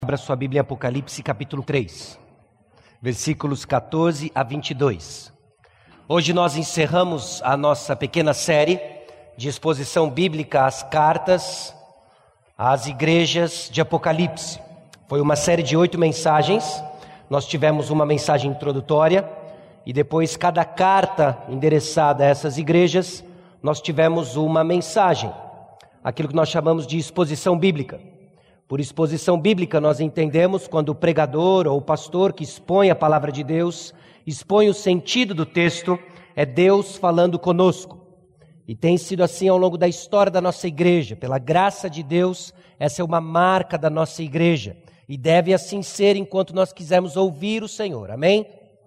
Abra sua Bíblia em Apocalipse capítulo 3, versículos 14 a 22. Hoje nós encerramos a nossa pequena série de exposição bíblica às cartas às igrejas de Apocalipse. Foi uma série de 8 mensagens. Nós tivemos uma mensagem introdutória e depois cada carta endereçada a essas igrejas, nós tivemos uma mensagem, aquilo que nós chamamos de exposição bíblica. Por exposição bíblica, nós entendemos quando o pregador ou o pastor que expõe a palavra de Deus, expõe o sentido do texto, é Deus falando conosco. E tem sido assim ao longo da história da nossa igreja. Pela graça de Deus, essa é uma marca da nossa igreja. E deve assim ser enquanto nós quisermos ouvir o Senhor. Amém?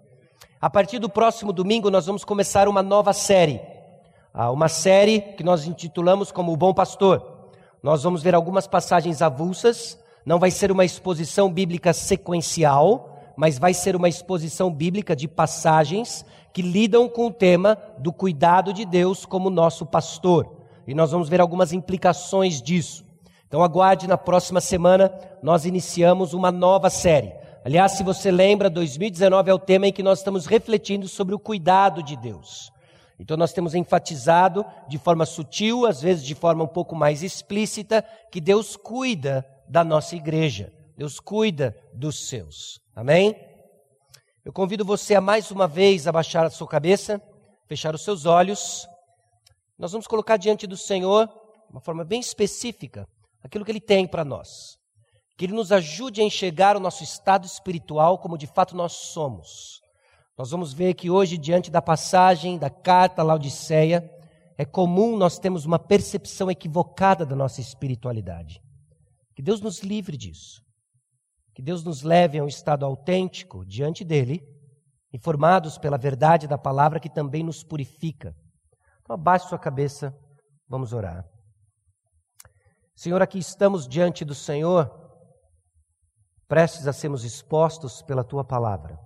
A partir do próximo domingo, nós vamos começar uma nova série. Uma série que nós intitulamos como O Bom Pastor. Nós vamos ver algumas passagens avulsas, não vai ser uma exposição bíblica sequencial, mas vai ser uma exposição bíblica de passagens que lidam com o tema do cuidado de Deus como nosso pastor. E nós vamos ver algumas implicações disso. Então aguarde, na próxima semana nós iniciamos uma nova série. Aliás, se você lembra, 2019 é o tema em que nós estamos refletindo sobre o cuidado de Deus. Então nós temos enfatizado de forma sutil, às vezes de forma um pouco mais explícita, que Deus cuida da nossa igreja. Deus cuida dos seus. Amém? Eu convido você a mais uma vez abaixar a sua cabeça, fechar os seus olhos. Nós vamos colocar diante do Senhor, de uma forma bem específica, aquilo que Ele tem para nós. Que Ele nos ajude a enxergar o nosso estado espiritual como de fato nós somos. Nós vamos ver que hoje, diante da passagem da carta a Laodiceia, é comum nós termos uma percepção equivocada da nossa espiritualidade. Que Deus nos livre disso. Que Deus nos leve a um estado autêntico diante dEle, informados pela verdade da palavra que também nos purifica. Então abaixe sua cabeça, vamos orar. Senhor, aqui estamos diante do Senhor, prestes a sermos expostos pela Tua palavra.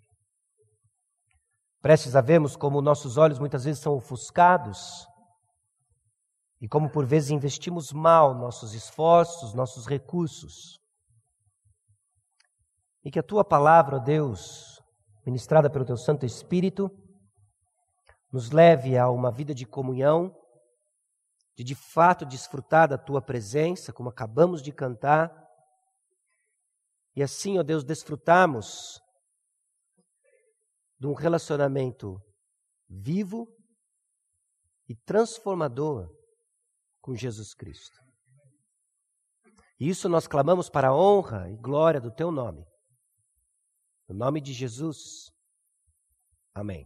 Prestes a vermos como nossos olhos muitas vezes são ofuscados e como por vezes investimos mal nossos esforços, nossos recursos. E que a Tua palavra, ó Deus, ministrada pelo Teu Santo Espírito, nos leve a uma vida de comunhão, de fato desfrutar da Tua presença, como acabamos de cantar, e assim, ó Deus, desfrutarmos de um relacionamento vivo e transformador com Jesus Cristo. E isso nós clamamos para a honra e glória do Teu nome. No nome de Jesus. Amém.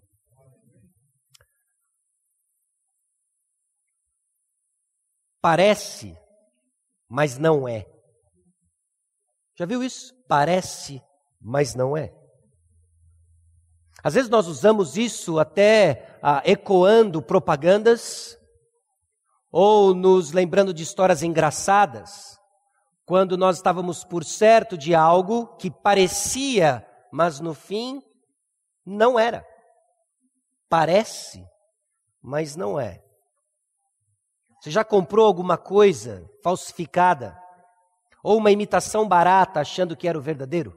Parece, mas não é. Já viu isso? Parece, mas não é. Às vezes nós usamos isso até ecoando propagandas ou nos lembrando de histórias engraçadas, quando nós estávamos por certo de algo que parecia, mas no fim não era. Parece, mas não é. Você já comprou alguma coisa falsificada ou uma imitação barata achando que era o verdadeiro?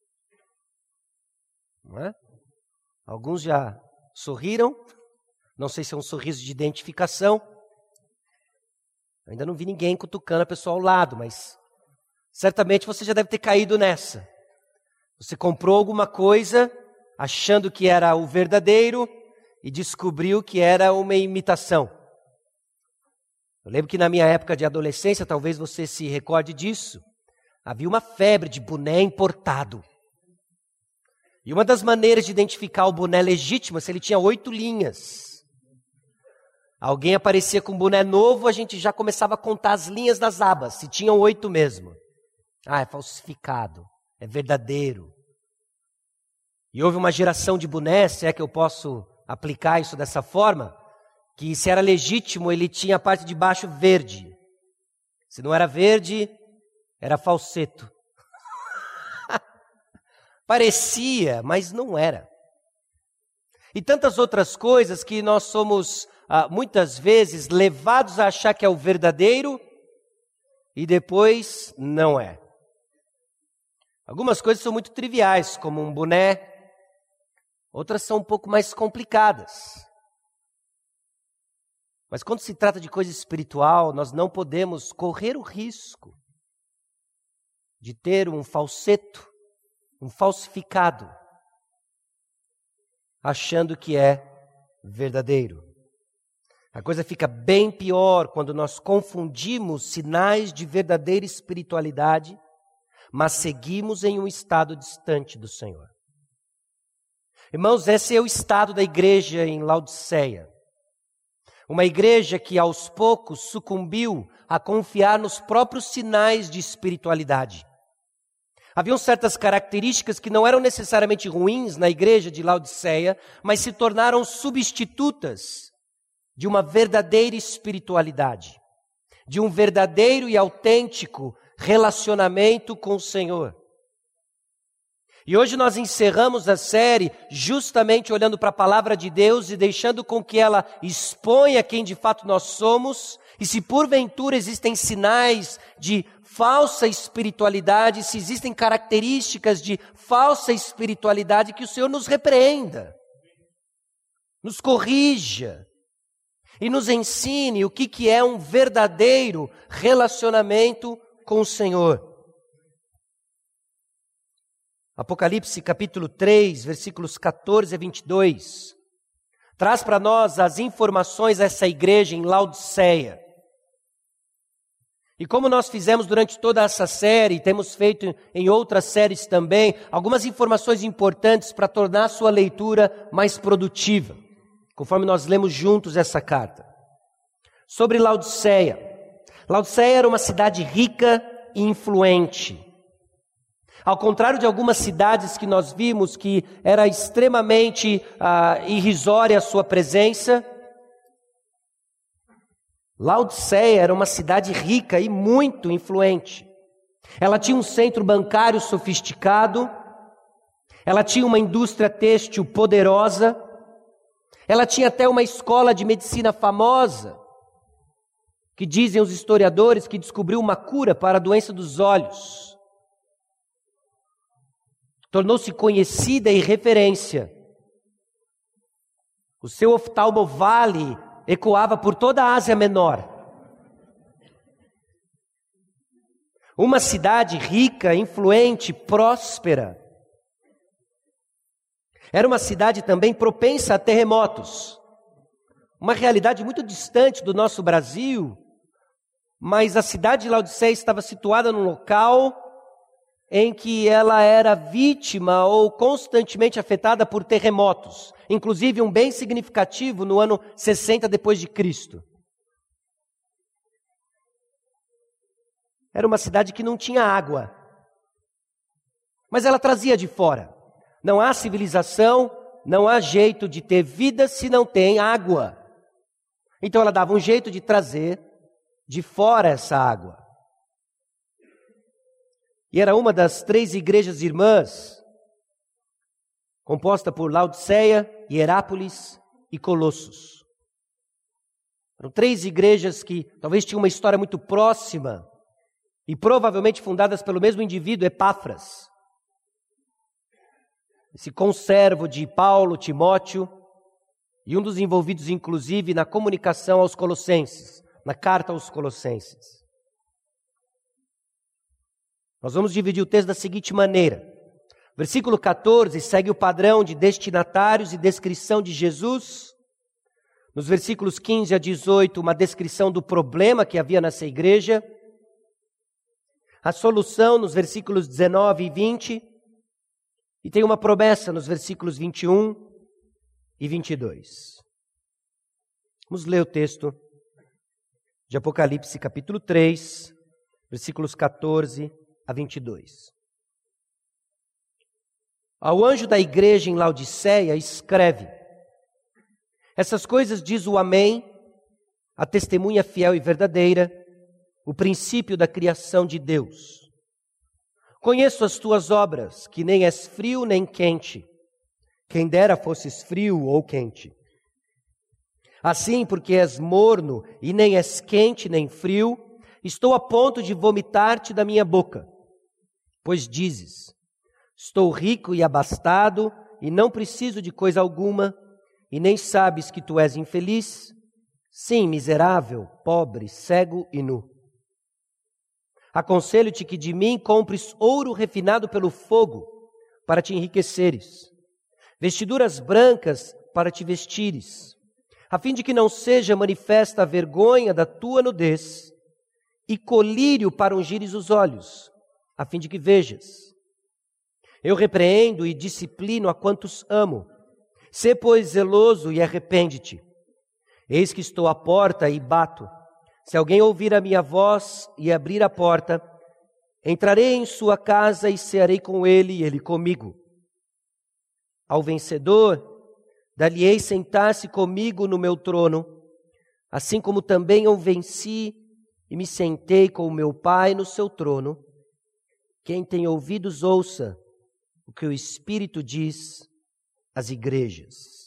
Não é? Alguns já sorriram, não sei se é um sorriso de identificação. Ainda não vi ninguém cutucando a pessoa ao lado, mas certamente você já deve ter caído nessa. Você comprou alguma coisa achando que era o verdadeiro e descobriu que era uma imitação. Eu lembro que na minha época de adolescência, talvez você se recorde disso, havia uma febre de boné importado. E uma das maneiras de identificar o boné legítimo é se ele tinha 8 linhas. Alguém aparecia com um boné novo, a gente já começava a contar as linhas das abas, se tinham 8 mesmo. É falsificado, é verdadeiro. E houve uma geração de bonés, se é que eu posso aplicar isso dessa forma, que se era legítimo, ele tinha a parte de baixo verde. Se não era verde, era falseto. Parecia, mas não era. E tantas outras coisas que nós somos, muitas vezes, levados a achar que é o verdadeiro e depois não é. Algumas coisas são muito triviais, como um boné. Outras são um pouco mais complicadas. Mas quando se trata de coisa espiritual, nós não podemos correr o risco de ter um falseto, um falsificado, achando que é verdadeiro. A coisa fica bem pior quando nós confundimos sinais de verdadeira espiritualidade, mas seguimos em um estado distante do Senhor. Irmãos, esse é o estado da igreja em Laodiceia. Uma igreja que aos poucos sucumbiu a confiar nos próprios sinais de espiritualidade. Haviam certas características que não eram necessariamente ruins na igreja de Laodiceia, mas se tornaram substitutas de uma verdadeira espiritualidade, de um verdadeiro e autêntico relacionamento com o Senhor. E hoje nós encerramos a série justamente olhando para a palavra de Deus e deixando com que ela exponha quem de fato nós somos, e se porventura existem sinais de falsa espiritualidade, se existem características de falsa espiritualidade, que o Senhor nos repreenda, nos corrija e nos ensine o que é um verdadeiro relacionamento com o Senhor. Apocalipse capítulo 3, versículos 14 a 22, traz para nós as informações dessa igreja em Laodiceia. E como nós fizemos durante toda essa série, temos feito em outras séries também, algumas informações importantes para tornar a sua leitura mais produtiva, conforme nós lemos juntos essa carta. Sobre Laodiceia. Laodiceia era uma cidade rica e influente. Ao contrário de algumas cidades que nós vimos que era extremamente irrisória a sua presença, Laodiceia era uma cidade rica e muito influente. Ela tinha um centro bancário sofisticado, ela tinha uma indústria têxtil poderosa, ela tinha até uma escola de medicina famosa, que dizem os historiadores que descobriu uma cura para a doença dos olhos. Tornou-se conhecida e referência. O seu oftalmo vale ecoava por toda a Ásia Menor. Uma cidade rica, influente, próspera. Era uma cidade também propensa a terremotos. Uma realidade muito distante do nosso Brasil, mas a cidade de Laodiceia estava situada num local em que ela era vítima ou constantemente afetada por terremotos, inclusive um bem significativo no ano 60 depois de Cristo. Era uma cidade que não tinha água, mas ela trazia de fora. Não há civilização, não há jeito de ter vida se não tem água. Então ela dava um jeito de trazer de fora essa água. E era uma das 3 igrejas irmãs, composta por Laodiceia, Hierápolis e Colossos. Eram 3 igrejas que talvez tinham uma história muito próxima e provavelmente fundadas pelo mesmo indivíduo, Epáfras. Esse conservo de Paulo, Timóteo, e um dos envolvidos inclusive na comunicação aos Colossenses, na carta aos Colossenses. Nós vamos dividir o texto da seguinte maneira. Versículo 14 segue o padrão de destinatários e descrição de Jesus. Nos versículos 15 a 18, uma descrição do problema que havia nessa igreja. A solução nos versículos 19 e 20. E tem uma promessa nos versículos 21 e 22. Vamos ler o texto de Apocalipse capítulo 3, versículos 14 a 22. Ao anjo da igreja em Laodiceia escreve: essas coisas diz o Amém, a testemunha fiel e verdadeira, o princípio da criação de Deus. Conheço as tuas obras, que nem és frio nem quente. Quem dera fosses frio ou quente. Assim, porque és morno e nem és quente nem frio, estou a ponto de vomitar-te da minha boca. Pois dizes, Estou rico e abastado, e não preciso de coisa alguma, e nem sabes que tu és infeliz? Sim, miserável, pobre, cego e nu. Aconselho-te que de mim compres ouro refinado pelo fogo, para te enriqueceres, vestiduras brancas para te vestires, a fim de que não seja manifesta a vergonha da tua nudez, e colírio para ungires os olhos, a fim de que vejas. Eu repreendo e disciplino a quantos amo. Sê, pois, zeloso e arrepende-te. Eis que estou à porta e bato. Se alguém ouvir a minha voz e abrir a porta, entrarei em sua casa e cearei com ele e ele comigo. Ao vencedor, dar-lhe-ei sentar-se comigo no meu trono, assim como também eu venci e me sentei com o meu Pai no seu trono. Quem tem ouvidos, ouça o que o Espírito diz às igrejas.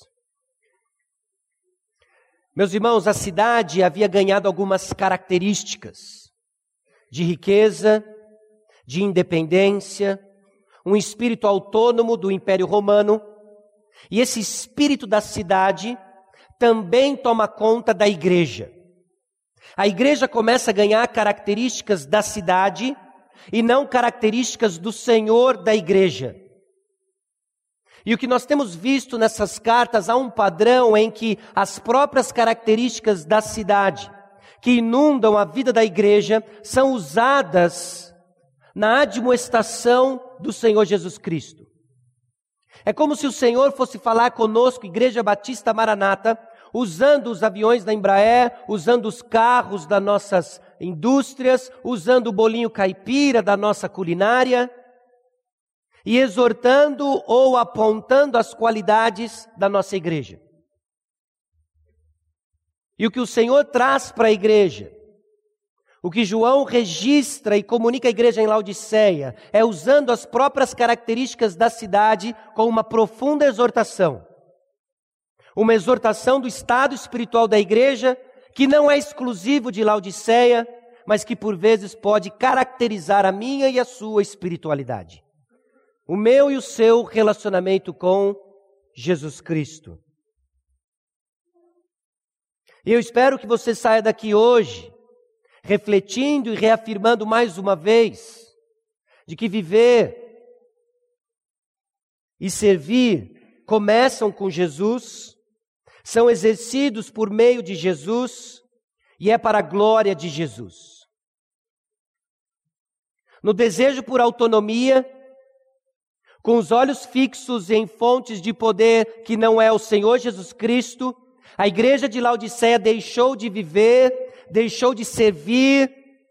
Meus irmãos, a cidade havia ganhado algumas características de riqueza, de independência, um espírito autônomo do Império Romano, e esse espírito da cidade também toma conta da igreja. A igreja começa a ganhar características da cidade e não características do Senhor da igreja. E o que nós temos visto nessas cartas, há um padrão em que as próprias características da cidade, que inundam a vida da igreja, são usadas na admoestação do Senhor Jesus Cristo. É como se o Senhor fosse falar conosco, Igreja Batista Maranata, usando os aviões da Embraer, usando os carros das nossas indústrias, usando o bolinho caipira da nossa culinária, e exortando ou apontando as qualidades da nossa igreja. E o que o Senhor traz para a igreja, o que João registra e comunica à igreja em Laodiceia, é usando as próprias características da cidade com uma profunda exortação. Uma exortação do estado espiritual da igreja, que não é exclusivo de Laodiceia, mas que por vezes pode caracterizar a minha e a sua espiritualidade. O meu e o seu relacionamento com Jesus Cristo. E eu espero que você saia daqui hoje, refletindo e reafirmando mais uma vez, de que viver e servir começam com Jesus, são exercidos por meio de Jesus e é para a glória de Jesus. No desejo por autonomia, com os olhos fixos em fontes de poder que não é o Senhor Jesus Cristo, a igreja de Laodiceia deixou de viver, deixou de servir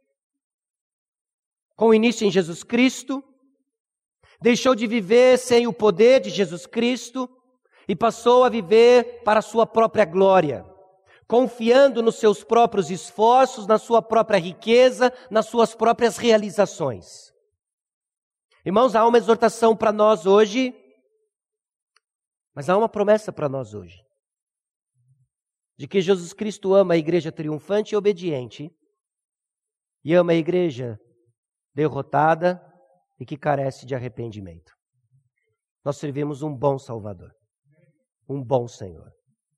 com início em Jesus Cristo, deixou de viver sem o poder de Jesus Cristo e passou a viver para a sua própria glória, confiando nos seus próprios esforços, na sua própria riqueza, nas suas próprias realizações. Irmãos, há uma exortação para nós hoje, mas há uma promessa para nós hoje, de que Jesus Cristo ama a igreja triunfante e obediente, e ama a igreja derrotada e que carece de arrependimento. Nós servimos um bom Salvador, um bom Senhor.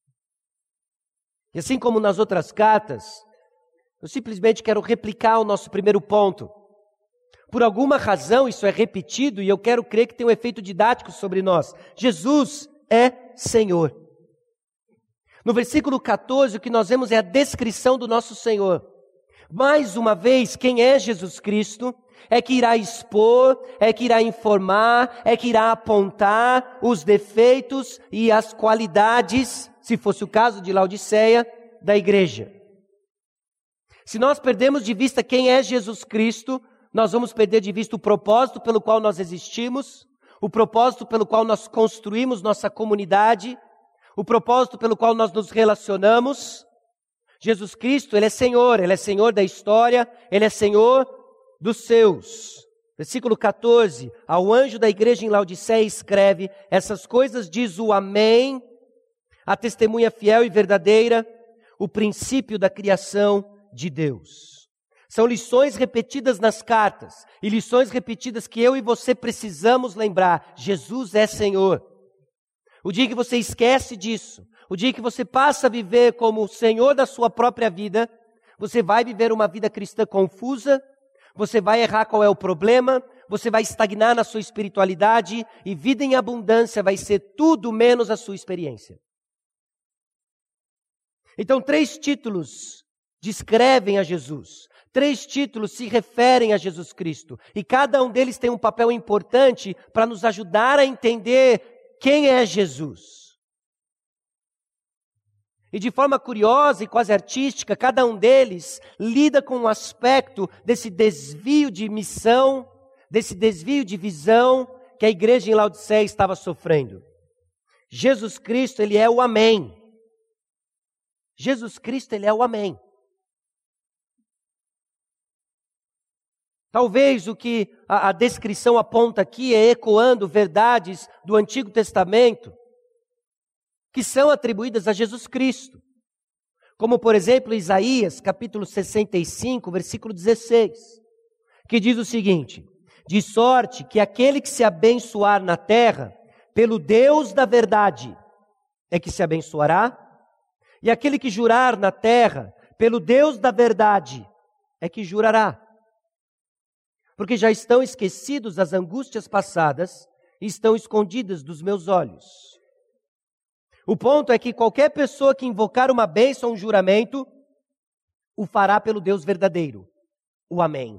E assim como nas outras cartas, eu simplesmente quero replicar o nosso primeiro ponto. Por alguma razão isso é repetido e eu quero crer que tem um efeito didático sobre nós. Jesus é Senhor. No versículo 14, o que nós vemos é a descrição do nosso Senhor. Mais uma vez, quem é Jesus Cristo? É que irá expor, é que irá informar, é que irá apontar os defeitos e as qualidades, se fosse o caso de Laodiceia, da igreja. Se nós perdemos de vista quem é Jesus Cristo, nós vamos perder de vista o propósito pelo qual nós existimos, o propósito pelo qual nós construímos nossa comunidade, o propósito pelo qual nós nos relacionamos. Jesus Cristo, Ele é Senhor da história, Ele é Senhor dos seus. Versículo 14, ao anjo da igreja em Laodiceia escreve, essas coisas diz o Amém, a testemunha fiel e verdadeira, o princípio da criação de Deus. São lições repetidas nas cartas e lições repetidas que eu e você precisamos lembrar. Jesus é Senhor. O dia que você esquece disso, o dia que você passa a viver como o Senhor da sua própria vida, você vai viver uma vida cristã confusa, você vai errar qual é o problema, você vai estagnar na sua espiritualidade e vida em abundância vai ser tudo menos a sua experiência. Então, 3 títulos descrevem a Jesus. 3 títulos se referem a Jesus Cristo. E cada um deles tem um papel importante para nos ajudar a entender quem é Jesus. E de forma curiosa e quase artística, cada um deles lida com um aspecto desse desvio de missão, desse desvio de visão que a igreja em Laodiceia estava sofrendo. Jesus Cristo, Ele é o Amém. Jesus Cristo, Ele é o Amém. Talvez o que a descrição aponta aqui é ecoando verdades do Antigo Testamento que são atribuídas a Jesus Cristo. Como, por exemplo, Isaías, capítulo 65, versículo 16, que diz o seguinte: de sorte que aquele que se abençoar na terra, pelo Deus da verdade, é que se abençoará, e aquele que jurar na terra, pelo Deus da verdade, é que jurará. Porque já estão esquecidos as angústias passadas e estão escondidas dos meus olhos. O ponto é que qualquer pessoa que invocar uma bênção ou um juramento, o fará pelo Deus verdadeiro, o Amém.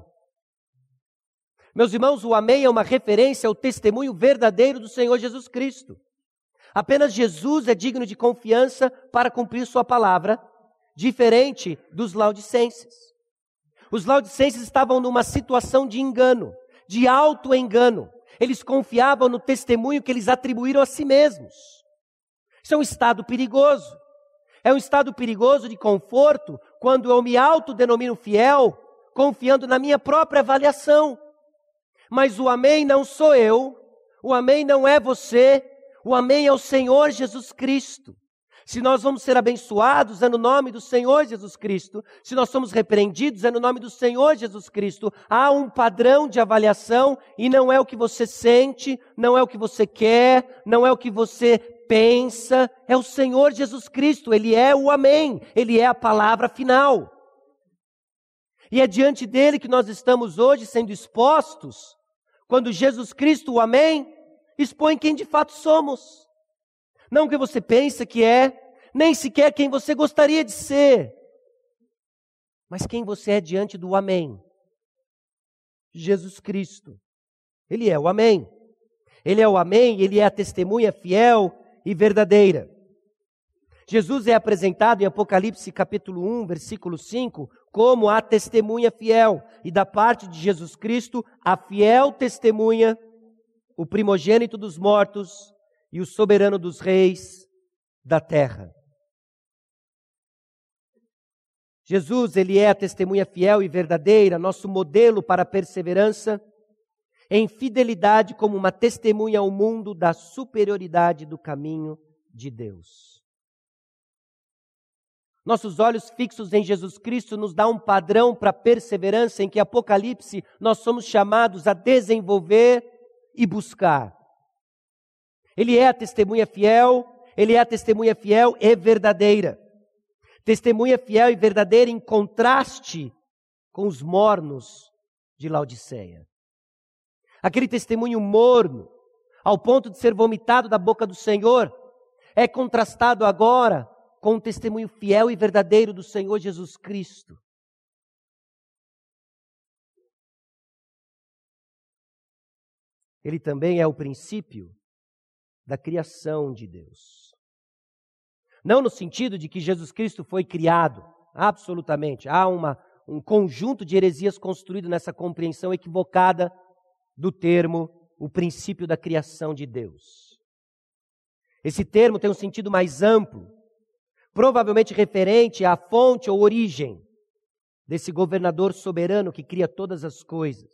Meus irmãos, o Amém é uma referência ao testemunho verdadeiro do Senhor Jesus Cristo. Apenas Jesus é digno de confiança para cumprir sua palavra, diferente dos laodicenses. Os laodicenses estavam numa situação de engano, de auto-engano. Eles confiavam no testemunho que eles atribuíram a si mesmos. Isso é um estado perigoso. É um estado perigoso de conforto quando eu me autodenomino fiel, confiando na minha própria avaliação. Mas o Amém não sou eu, o Amém não é você, o Amém é o Senhor Jesus Cristo. Se nós vamos ser abençoados, é no nome do Senhor Jesus Cristo. Se nós somos repreendidos, é no nome do Senhor Jesus Cristo. Há um padrão de avaliação e não é o que você sente, não é o que você quer, não é o que você pensa. É o Senhor Jesus Cristo, Ele é o Amém, Ele é a palavra final. E é diante dele que nós estamos hoje sendo expostos, quando Jesus Cristo, o Amém, expõe quem de fato somos. Não o que você pensa que é, nem sequer quem você gostaria de ser, mas quem você é diante do Amém. Jesus Cristo. Ele é o Amém. Ele é o Amém, Ele é a testemunha fiel e verdadeira. Jesus é apresentado em Apocalipse capítulo 1, versículo 5, como a testemunha fiel. E da parte de Jesus Cristo, a fiel testemunha, o primogênito dos mortos, e o soberano dos reis da terra. Jesus, Ele é a testemunha fiel e verdadeira, nosso modelo para a perseverança em fidelidade como uma testemunha ao mundo da superioridade do caminho de Deus. Nossos olhos fixos em Jesus Cristo nos dá um padrão para a perseverança em que Apocalipse nós somos chamados a desenvolver e buscar. Ele é a testemunha fiel, Ele é a testemunha fiel e verdadeira. Testemunha fiel e verdadeira em contraste com os mornos de Laodiceia. Aquele testemunho morno, ao ponto de ser vomitado da boca do Senhor, é contrastado agora com o testemunho fiel e verdadeiro do Senhor Jesus Cristo. Ele também é o princípio da criação de Deus. Não no sentido de que Jesus Cristo foi criado, absolutamente. Há um conjunto de heresias construído nessa compreensão equivocada do termo, o princípio da criação de Deus. Esse termo tem um sentido mais amplo, provavelmente referente à fonte ou origem desse governador soberano que cria todas as coisas.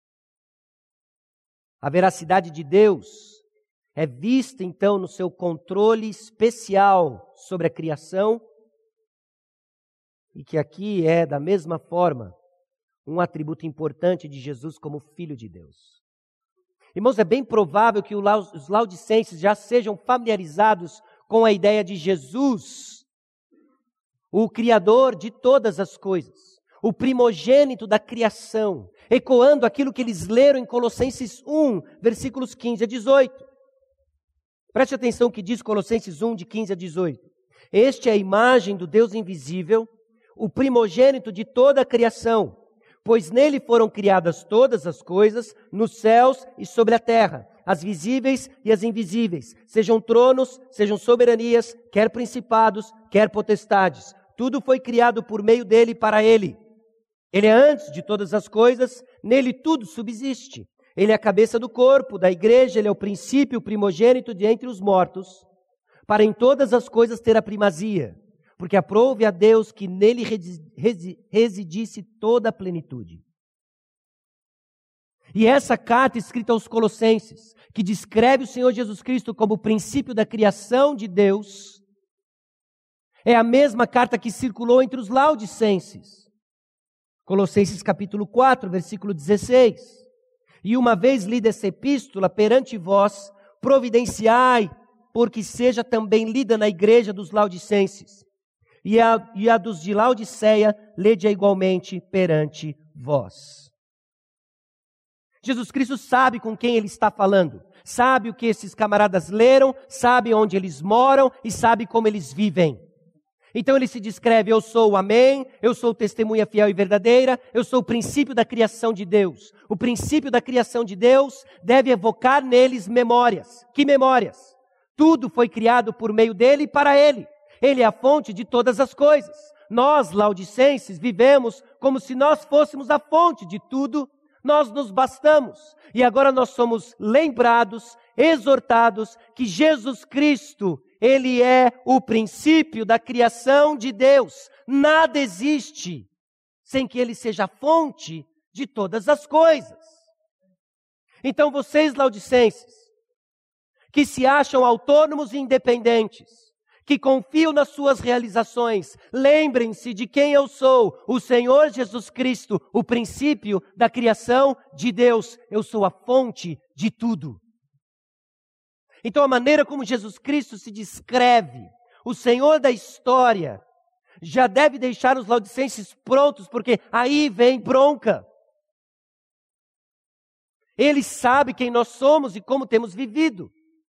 A veracidade de Deus é vista, então, no seu controle especial sobre a criação, e que aqui é, da mesma forma, um atributo importante de Jesus como Filho de Deus. Irmãos, é bem provável que os laodicenses já sejam familiarizados com a ideia de Jesus, o Criador de todas as coisas, o primogênito da criação, ecoando aquilo que eles leram em Colossenses 1, versículos 15 a 18. Preste atenção o que diz Colossenses 1, de 15 a 18. Este é a imagem do Deus invisível, o primogênito de toda a criação, pois nele foram criadas todas as coisas, nos céus e sobre a terra, as visíveis e as invisíveis, sejam tronos, sejam soberanias, quer principados, quer potestades. Tudo foi criado por meio dele e para ele. Ele é antes de todas as coisas, nele tudo subsiste. Ele é a cabeça do corpo, da igreja, ele é o princípio, o primogênito de entre os mortos, para em todas as coisas ter a primazia, porque aprouve a Deus que nele residisse toda a plenitude. E essa carta escrita aos Colossenses, que descreve o Senhor Jesus Cristo como o princípio da criação de Deus, é a mesma carta que circulou entre os laodicenses. Colossenses capítulo 4, versículo 16. E uma vez lida essa epístola perante vós, providenciai, porque seja também lida na igreja dos laodicenses. E a dos de Laodiceia, lede-a igualmente perante vós. Jesus Cristo sabe com quem ele está falando, sabe o que esses camaradas leram, sabe onde eles moram e sabe como eles vivem. Então ele se descreve: eu sou o Amém, eu sou testemunha fiel e verdadeira, eu sou o princípio da criação de Deus. O princípio da criação de Deus deve evocar neles memórias. Que memórias? Tudo foi criado por meio dele e para ele. Ele é a fonte de todas as coisas. Nós, laodicenses, vivemos como se nós fôssemos a fonte de tudo. Nós nos bastamos. E agora nós somos lembrados, exortados que Jesus Cristo, ele é o princípio da criação de Deus. Nada existe sem que ele seja a fonte de todas as coisas. Então vocês, laodicenses, que se acham autônomos e independentes, que confiam nas suas realizações, lembrem-se de quem eu sou, o Senhor Jesus Cristo, o princípio da criação de Deus. Eu sou a fonte de tudo. Então a maneira como Jesus Cristo se descreve, o Senhor da história, já deve deixar os laodicenses prontos, porque aí vem bronca. Ele sabe quem nós somos e como temos vivido.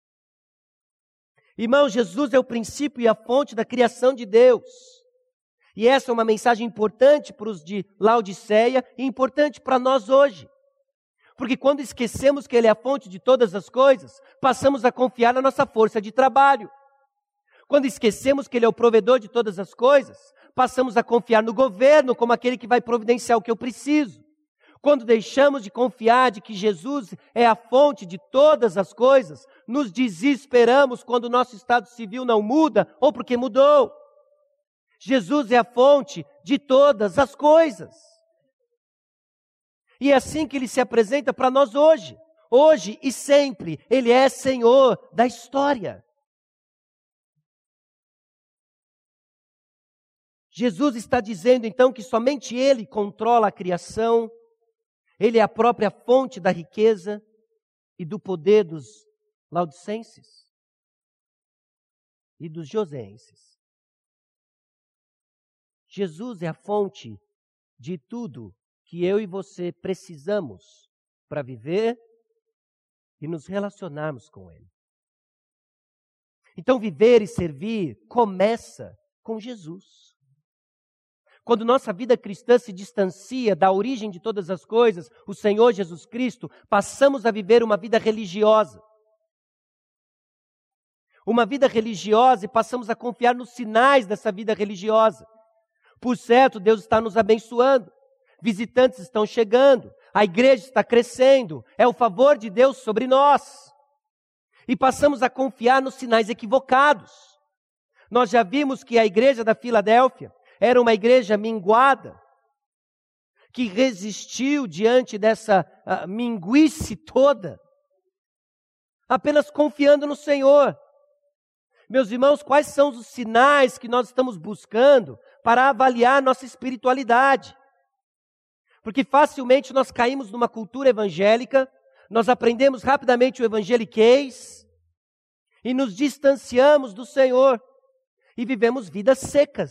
Irmão, Jesus é o princípio e a fonte da criação de Deus. E essa é uma mensagem importante para os de Laodiceia e importante para nós hoje. Porque quando esquecemos que Ele é a fonte de todas as coisas, passamos a confiar na nossa força de trabalho. Quando esquecemos que Ele é o provedor de todas as coisas, passamos a confiar no governo como aquele que vai providenciar o que eu preciso. Quando deixamos de confiar de que Jesus é a fonte de todas as coisas, nos desesperamos quando o nosso estado civil não muda ou porque mudou. Jesus é a fonte de todas as coisas. E é assim que Ele se apresenta para nós hoje. Hoje e sempre, Ele é Senhor da história. Jesus está dizendo então que somente Ele controla a criação. Ele é a própria fonte da riqueza e do poder dos laodicenses e dos joseenses. Jesus é a fonte de tudo que eu e você precisamos para viver e nos relacionarmos com Ele. Então viver e servir começa com Jesus. Quando nossa vida cristã se distancia da origem de todas as coisas, o Senhor Jesus Cristo, passamos a viver uma vida religiosa. Uma vida religiosa e passamos a confiar nos sinais dessa vida religiosa. Por certo, Deus está nos abençoando. Visitantes estão chegando. A igreja está crescendo. É o favor de Deus sobre nós. E passamos a confiar nos sinais equivocados. Nós já vimos que a igreja da Filadélfia era uma igreja minguada, que resistiu diante dessa minguice toda, apenas confiando no Senhor. Meus irmãos, quais são os sinais que nós estamos buscando para avaliar nossa espiritualidade? Porque facilmente nós caímos numa cultura evangélica, nós aprendemos rapidamente o evangeliquez e nos distanciamos do Senhor e vivemos vidas secas.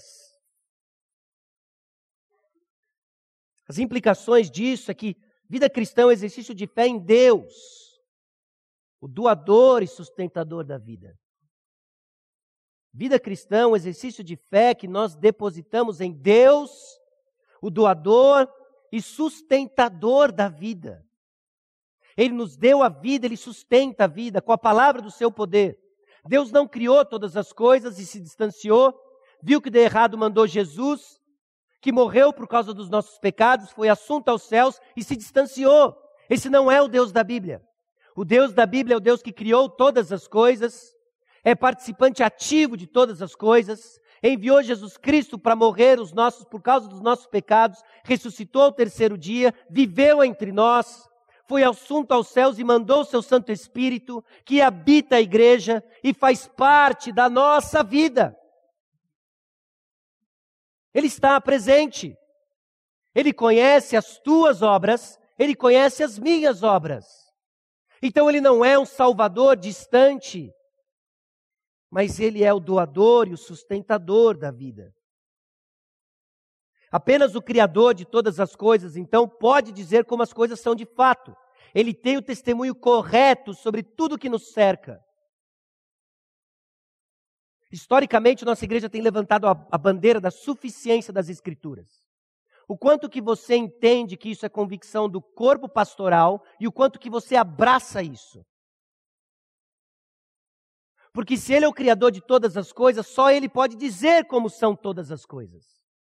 As implicações disso é que vida cristã é um exercício de fé em Deus, o doador e sustentador da vida. Vida cristã é um exercício de fé que nós depositamos em Deus, o doador e sustentador da vida. Ele nos deu a vida, Ele sustenta a vida com a palavra do seu poder. Deus não criou todas as coisas e se distanciou, viu que deu errado, mandou Jesus, que morreu por causa dos nossos pecados, foi assunto aos céus e se distanciou. Esse não é o Deus da Bíblia. O Deus da Bíblia é o Deus que criou todas as coisas, é participante ativo de todas as coisas, enviou Jesus Cristo para morrer por causa dos nossos pecados, ressuscitou ao terceiro dia, viveu entre nós, foi assunto aos céus e mandou o seu Santo Espírito, que habita a igreja e faz parte da nossa vida. Ele está presente. Ele conhece as tuas obras, Ele conhece as minhas obras. Então Ele não é um salvador distante, mas Ele é o doador e o sustentador da vida. Apenas o Criador de todas as coisas, então, pode dizer como as coisas são de fato. Ele tem o testemunho correto sobre tudo que nos cerca. Historicamente, nossa igreja tem levantado a bandeira da suficiência das Escrituras. O quanto que você entende que isso é convicção do corpo pastoral e o quanto que você abraça isso. Porque se Ele é o Criador de todas as coisas, só Ele pode dizer como são todas as coisas.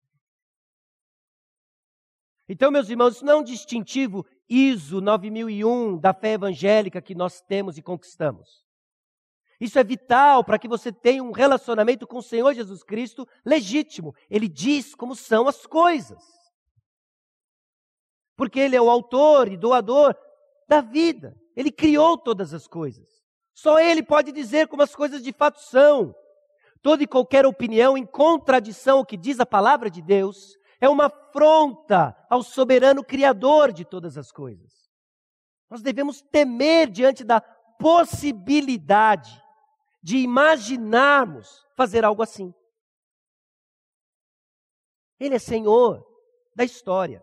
Então, meus irmãos, isso não é um distintivo ISO 9001 da fé evangélica que nós temos e conquistamos. Isso é vital para que você tenha um relacionamento com o Senhor Jesus Cristo legítimo. Ele diz como são as coisas. Porque Ele é o autor e doador da vida. Ele criou todas as coisas. Só Ele pode dizer como as coisas de fato são. Toda e qualquer opinião em contradição ao que diz a palavra de Deus é uma afronta ao soberano Criador de todas as coisas. Nós devemos temer diante da possibilidade de imaginarmos fazer algo assim. Ele é Senhor da história.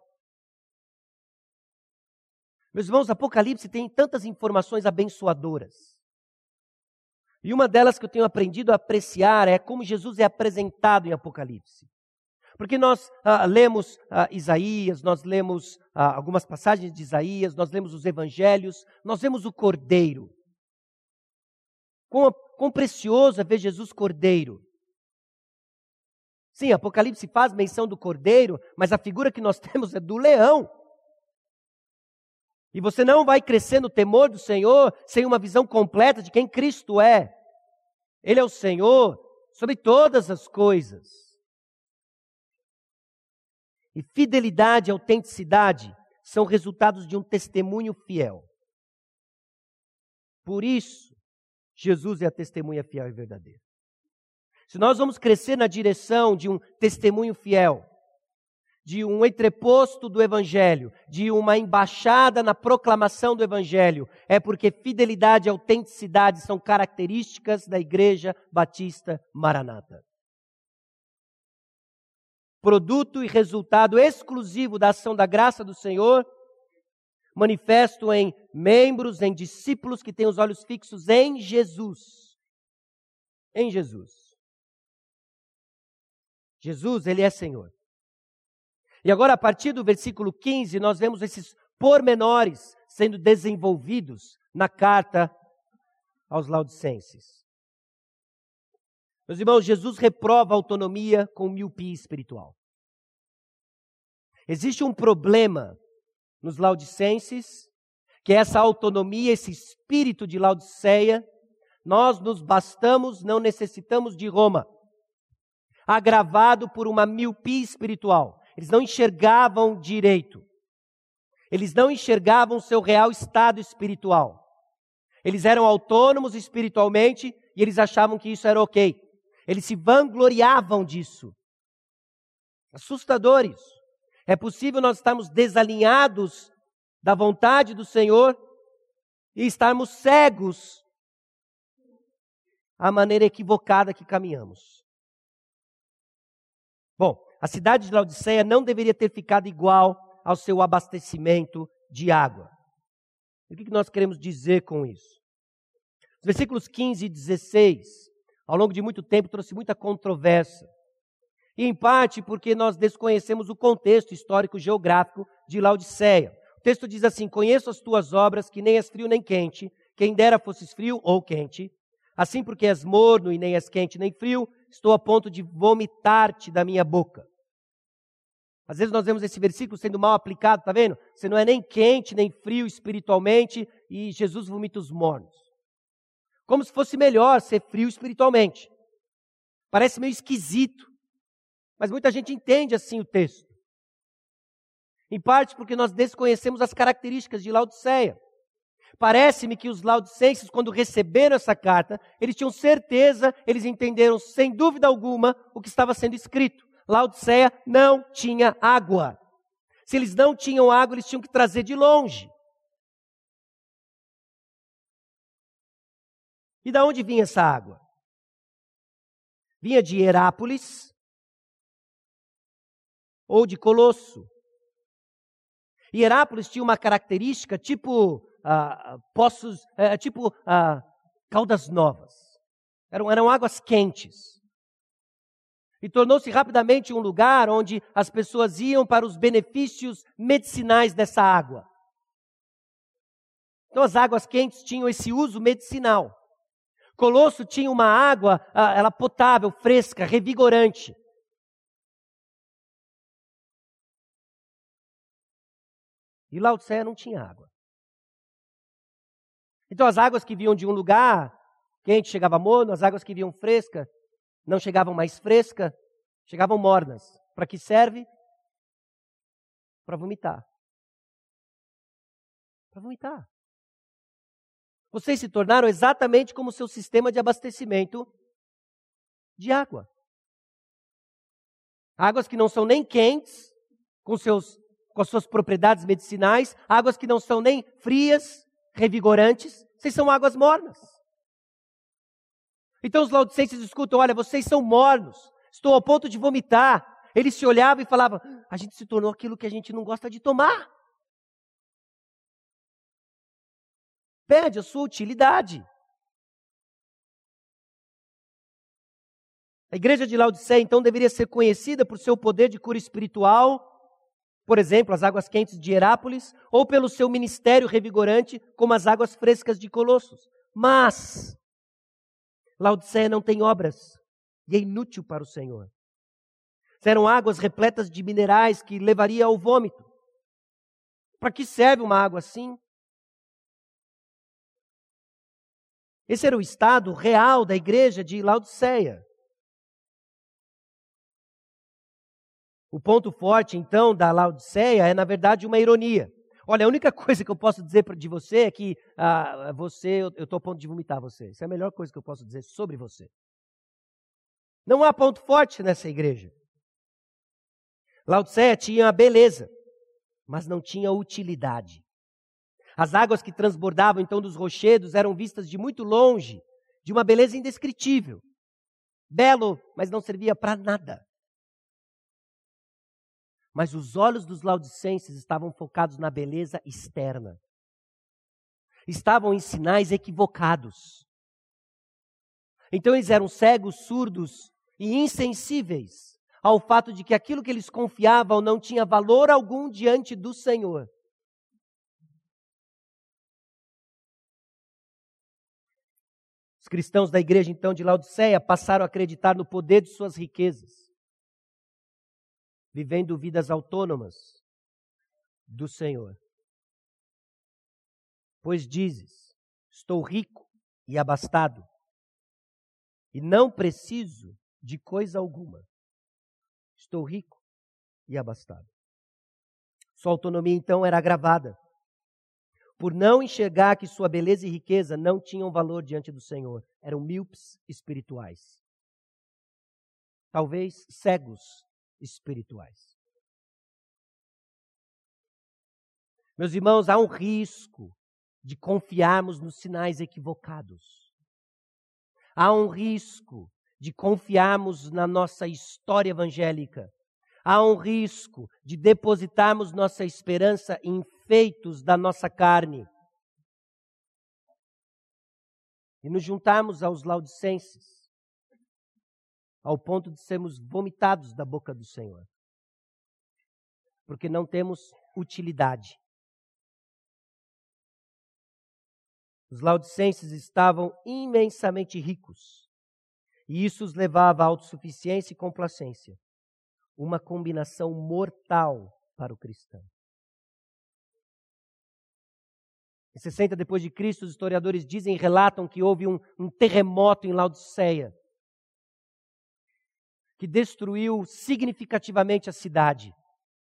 Meus irmãos, Apocalipse tem tantas informações abençoadoras. E uma delas que eu tenho aprendido a apreciar é como Jesus é apresentado em Apocalipse. Porque nós lemos Isaías, nós lemos algumas passagens de Isaías, nós lemos os Evangelhos, nós vemos o Cordeiro. Quão precioso é ver Jesus Cordeiro. Sim, Apocalipse faz menção do Cordeiro, mas a figura que nós temos é do leão. E você não vai crescer no temor do Senhor sem uma visão completa de quem Cristo é. Ele é o Senhor sobre todas as coisas. E fidelidade e autenticidade são resultados de um testemunho fiel. Por isso, Jesus é a testemunha fiel e verdadeira. Se nós vamos crescer na direção de um testemunho fiel, de um entreposto do Evangelho, de uma embaixada na proclamação do Evangelho, é porque fidelidade e autenticidade são características da Igreja Batista Maranata. Produto e resultado exclusivo da ação da graça do Senhor, manifesto em membros, em discípulos que têm os olhos fixos em Jesus. Em Jesus. Jesus, Ele é Senhor. E agora, a partir do versículo 15, nós vemos esses pormenores sendo desenvolvidos na carta aos Laodicenses. Meus irmãos, Jesus reprova a autonomia com miopia espiritual. Existe um problema nos Laodicenses, que é essa autonomia, esse espírito de Laodiceia. Nós nos bastamos, não necessitamos de Roma. Agravado por uma miopia espiritual. Eles não enxergavam direito. Eles não enxergavam seu real estado espiritual. Eles eram autônomos espiritualmente e eles achavam que isso era ok. Eles se vangloriavam disso. Assustador isso. É possível nós estarmos desalinhados da vontade do Senhor e estarmos cegos à maneira equivocada que caminhamos. Bom, a cidade de Laodiceia não deveria ter ficado igual ao seu abastecimento de água. E o que nós queremos dizer com isso? Os versículos 15 e 16, ao longo de muito tempo, trouxe muita controvérsia. E em parte porque nós desconhecemos o contexto histórico-geográfico de Laodiceia. O texto diz assim: conheço as tuas obras, que nem és frio nem quente, quem dera fosses frio ou quente. Assim porque és morno e nem és quente nem frio, estou a ponto de vomitar-te da minha boca. Às vezes nós vemos esse versículo sendo mal aplicado, está vendo? Você não é nem quente nem frio espiritualmente e Jesus vomita os mornos. Como se fosse melhor ser frio espiritualmente. Parece meio esquisito, mas muita gente entende assim o texto. Em parte porque nós desconhecemos as características de Laodiceia. Parece-me que os laodicenses, quando receberam essa carta, eles tinham certeza, eles entenderam sem dúvida alguma o que estava sendo escrito. Laodiceia não tinha água. Se eles não tinham água, eles tinham que trazer de longe. E de onde vinha essa água? Vinha de Herápolis ou de Colosso. E Herápolis tinha uma característica tipo poços, Caldas Novas. Eram águas quentes. E tornou-se rapidamente um lugar onde as pessoas iam para os benefícios medicinais dessa água. Então as águas quentes tinham esse uso medicinal. Colosso tinha uma água, ela potável, fresca, revigorante. E Laodiceia não tinha água. Então as águas que vinham de um lugar quente chegavam morno, as águas que vinham fresca não chegavam mais fresca, chegavam mornas. Para que serve? Para vomitar. Para vomitar. Vocês se tornaram exatamente como o seu sistema de abastecimento de água. Águas que não são nem quentes, com as suas propriedades medicinais, águas que não são nem frias, revigorantes, vocês são águas mornas. Então os laodicenses escutam: olha, vocês são mornos, estou ao ponto de vomitar. Eles se olhavam e falavam: a gente se tornou aquilo que a gente não gosta de tomar. Perde a sua utilidade. A igreja de Laodiceia, então, deveria ser conhecida por seu poder de cura espiritual, por exemplo, as águas quentes de Herápolis, ou pelo seu ministério revigorante, como as águas frescas de Colossos. Mas Laodiceia não tem obras e é inútil para o Senhor. Eram águas repletas de minerais que levaria ao vômito. Para que serve uma água assim? Esse era o estado real da igreja de Laodiceia. O ponto forte, então, da Laodiceia é, na verdade, uma ironia. Olha, a única coisa que eu posso dizer de você é que eu estou a ponto de vomitar você. Isso é a melhor coisa que eu posso dizer sobre você. Não há ponto forte nessa igreja. Laodiceia tinha a beleza, mas não tinha utilidade. As águas que transbordavam então dos rochedos eram vistas de muito longe, de uma beleza indescritível. Belo, mas não servia para nada. Mas os olhos dos laodicenses estavam focados na beleza externa. Estavam em sinais equivocados. Então eles eram cegos, surdos e insensíveis ao fato de que aquilo que eles confiavam não tinha valor algum diante do Senhor. Os cristãos da igreja, então, de Laodiceia passaram a acreditar no poder de suas riquezas, vivendo vidas autônomas do Senhor. Pois dizes: estou rico e abastado, e não preciso de coisa alguma. Estou rico e abastado. Sua autonomia, então, era agravada por não enxergar que sua beleza e riqueza não tinham valor diante do Senhor. Eram míopes espirituais. Talvez cegos espirituais. Meus irmãos, há um risco de confiarmos nos sinais equivocados. Há um risco de confiarmos na nossa história evangélica. Há um risco de depositarmos nossa esperança em feitos da nossa carne e nos juntarmos aos laodicenses, ao ponto de sermos vomitados da boca do Senhor, porque não temos utilidade. Os laodicenses estavam imensamente ricos, e isso os levava à autossuficiência e complacência, uma combinação mortal para o cristão. Em 60 depois de Cristo, os historiadores relatam que houve um terremoto em Laodiceia, que destruiu significativamente a cidade.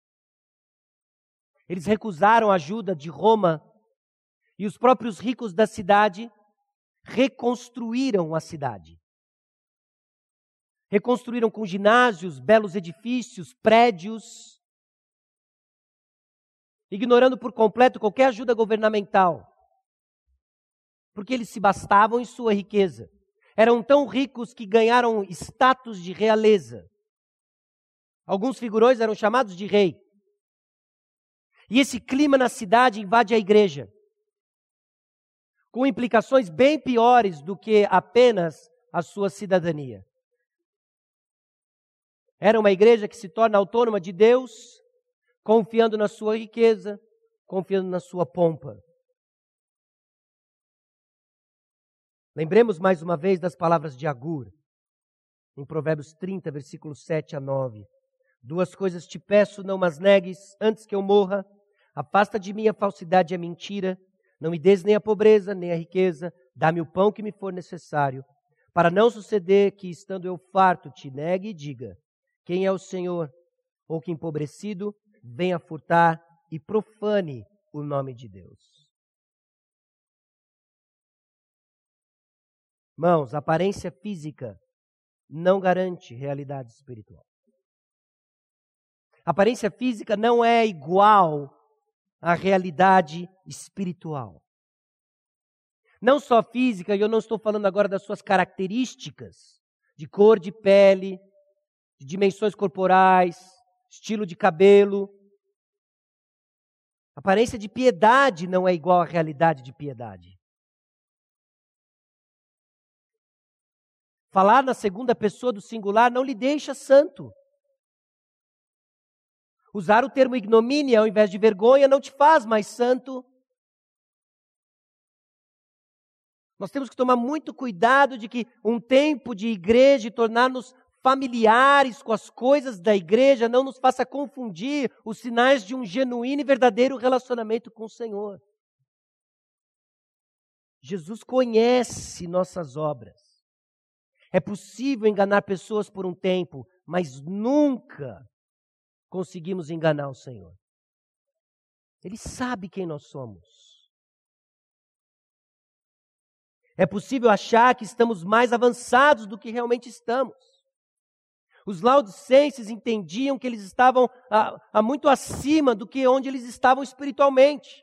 Eles recusaram a ajuda de Roma e os próprios ricos da cidade reconstruíram a cidade. Reconstruíram com ginásios, belos edifícios, prédios, ignorando por completo qualquer ajuda governamental, porque eles se bastavam em sua riqueza. Eram tão ricos que ganharam status de realeza. Alguns figurões eram chamados de rei. E esse clima na cidade invade a igreja, com implicações bem piores do que apenas a sua cidadania. Era uma igreja que se torna autônoma de Deus, confiando na sua riqueza, confiando na sua pompa. Lembremos mais uma vez das palavras de Agur, em Provérbios 30, versículos 7 a 9. 2 coisas te peço, não mas negues, antes que eu morra. Afasta de mim a falsidade e a mentira. Não me des nem a pobreza, nem a riqueza. Dá-me o pão que me for necessário. Para não suceder que, estando eu farto, te negue e diga: quem é o Senhor? Ou que empobrecido venha furtar e profane o nome de Deus. Irmãos, aparência física não garante realidade espiritual. Aparência física não é igual à realidade espiritual. Não só física, e eu não estou falando agora das suas características, de cor de pele, de dimensões corporais, estilo de cabelo. Aparência de piedade não é igual à realidade de piedade. Falar na segunda pessoa do singular não lhe deixa santo. Usar o termo ignomínia ao invés de vergonha não te faz mais santo. Nós temos que tomar muito cuidado de que um tempo de igreja e tornar-nos familiares com as coisas da igreja não nos faça confundir os sinais de um genuíno e verdadeiro relacionamento com o Senhor. Jesus conhece nossas obras. É possível enganar pessoas por um tempo, mas nunca conseguimos enganar o Senhor. Ele sabe quem nós somos. É possível achar que estamos mais avançados do que realmente estamos. Os laodicenses entendiam que eles estavam muito acima do que onde eles estavam espiritualmente.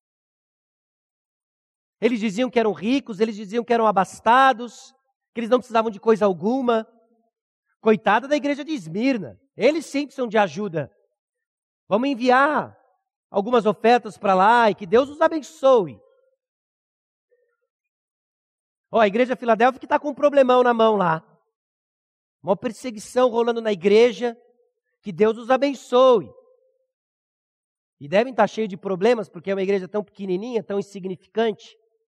Eles diziam que eram ricos, eles diziam que eram abastados, que eles não precisavam de coisa alguma. Coitada da igreja de Esmirna, eles sim precisam de ajuda. Vamos enviar algumas ofertas para lá e que Deus os abençoe. A igreja de Filadélfia que está com um problemão na mão lá. Uma perseguição rolando na igreja, que Deus os abençoe. E devem estar cheios de problemas, porque é uma igreja tão pequenininha, tão insignificante.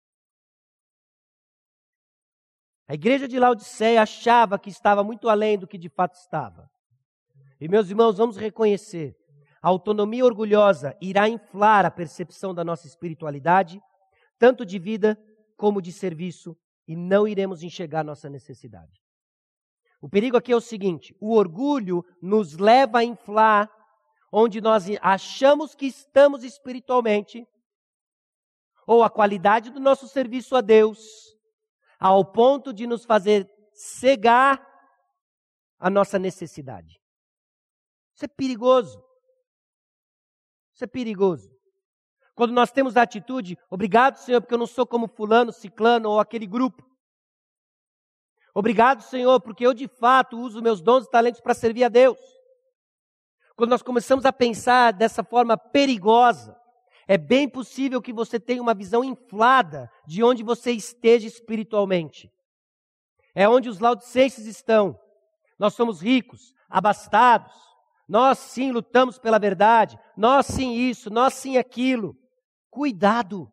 A igreja de Laodiceia achava que estava muito além do que de fato estava. E meus irmãos, vamos reconhecer, a autonomia orgulhosa irá inflar a percepção da nossa espiritualidade, tanto de vida como de serviço, e não iremos enxergar nossa necessidade. O perigo aqui é o seguinte: o orgulho nos leva a inflar onde nós achamos que estamos espiritualmente, ou a qualidade do nosso serviço a Deus, ao ponto de nos fazer cegar a nossa necessidade. Isso é perigoso. Isso é perigoso. Quando nós temos a atitude, obrigado, Senhor, porque eu não sou como fulano, ciclano ou aquele grupo. Obrigado, Senhor, porque eu de fato uso meus dons e talentos para servir a Deus. Quando nós começamos a pensar dessa forma perigosa, é bem possível que você tenha uma visão inflada de onde você esteja espiritualmente. É onde os laodicenses estão. Nós somos ricos, abastados. Nós sim lutamos pela verdade. Nós sim isso, nós sim aquilo. Cuidado.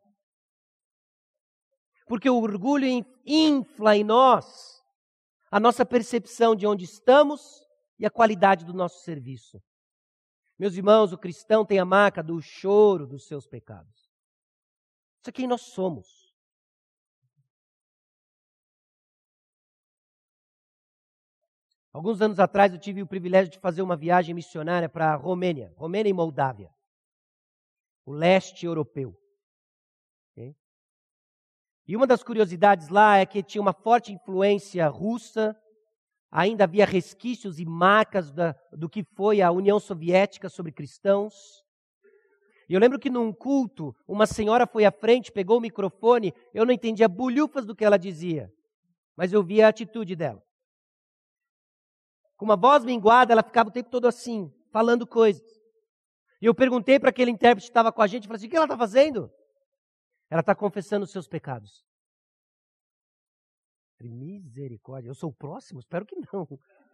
Porque o orgulho infla em nós a nossa percepção de onde estamos e a qualidade do nosso serviço. Meus irmãos, o cristão tem a marca do choro dos seus pecados. Isso é quem nós somos. Alguns anos atrás eu tive o privilégio de fazer uma viagem missionária para a Romênia e Moldávia, o leste europeu. Okay? E uma das curiosidades lá é que tinha uma forte influência russa, ainda havia resquícios e marcas do que foi a União Soviética sobre cristãos. E eu lembro que num culto, uma senhora foi à frente, pegou o microfone, eu não entendia bulhufas do que ela dizia, mas eu via a atitude dela. Com uma voz minguada, ela ficava o tempo todo assim, falando coisas. E eu perguntei para aquele intérprete que estava com a gente, falei assim, o que ela está fazendo? Ela está confessando os seus pecados. Misericórdia, eu sou o próximo? Espero que não.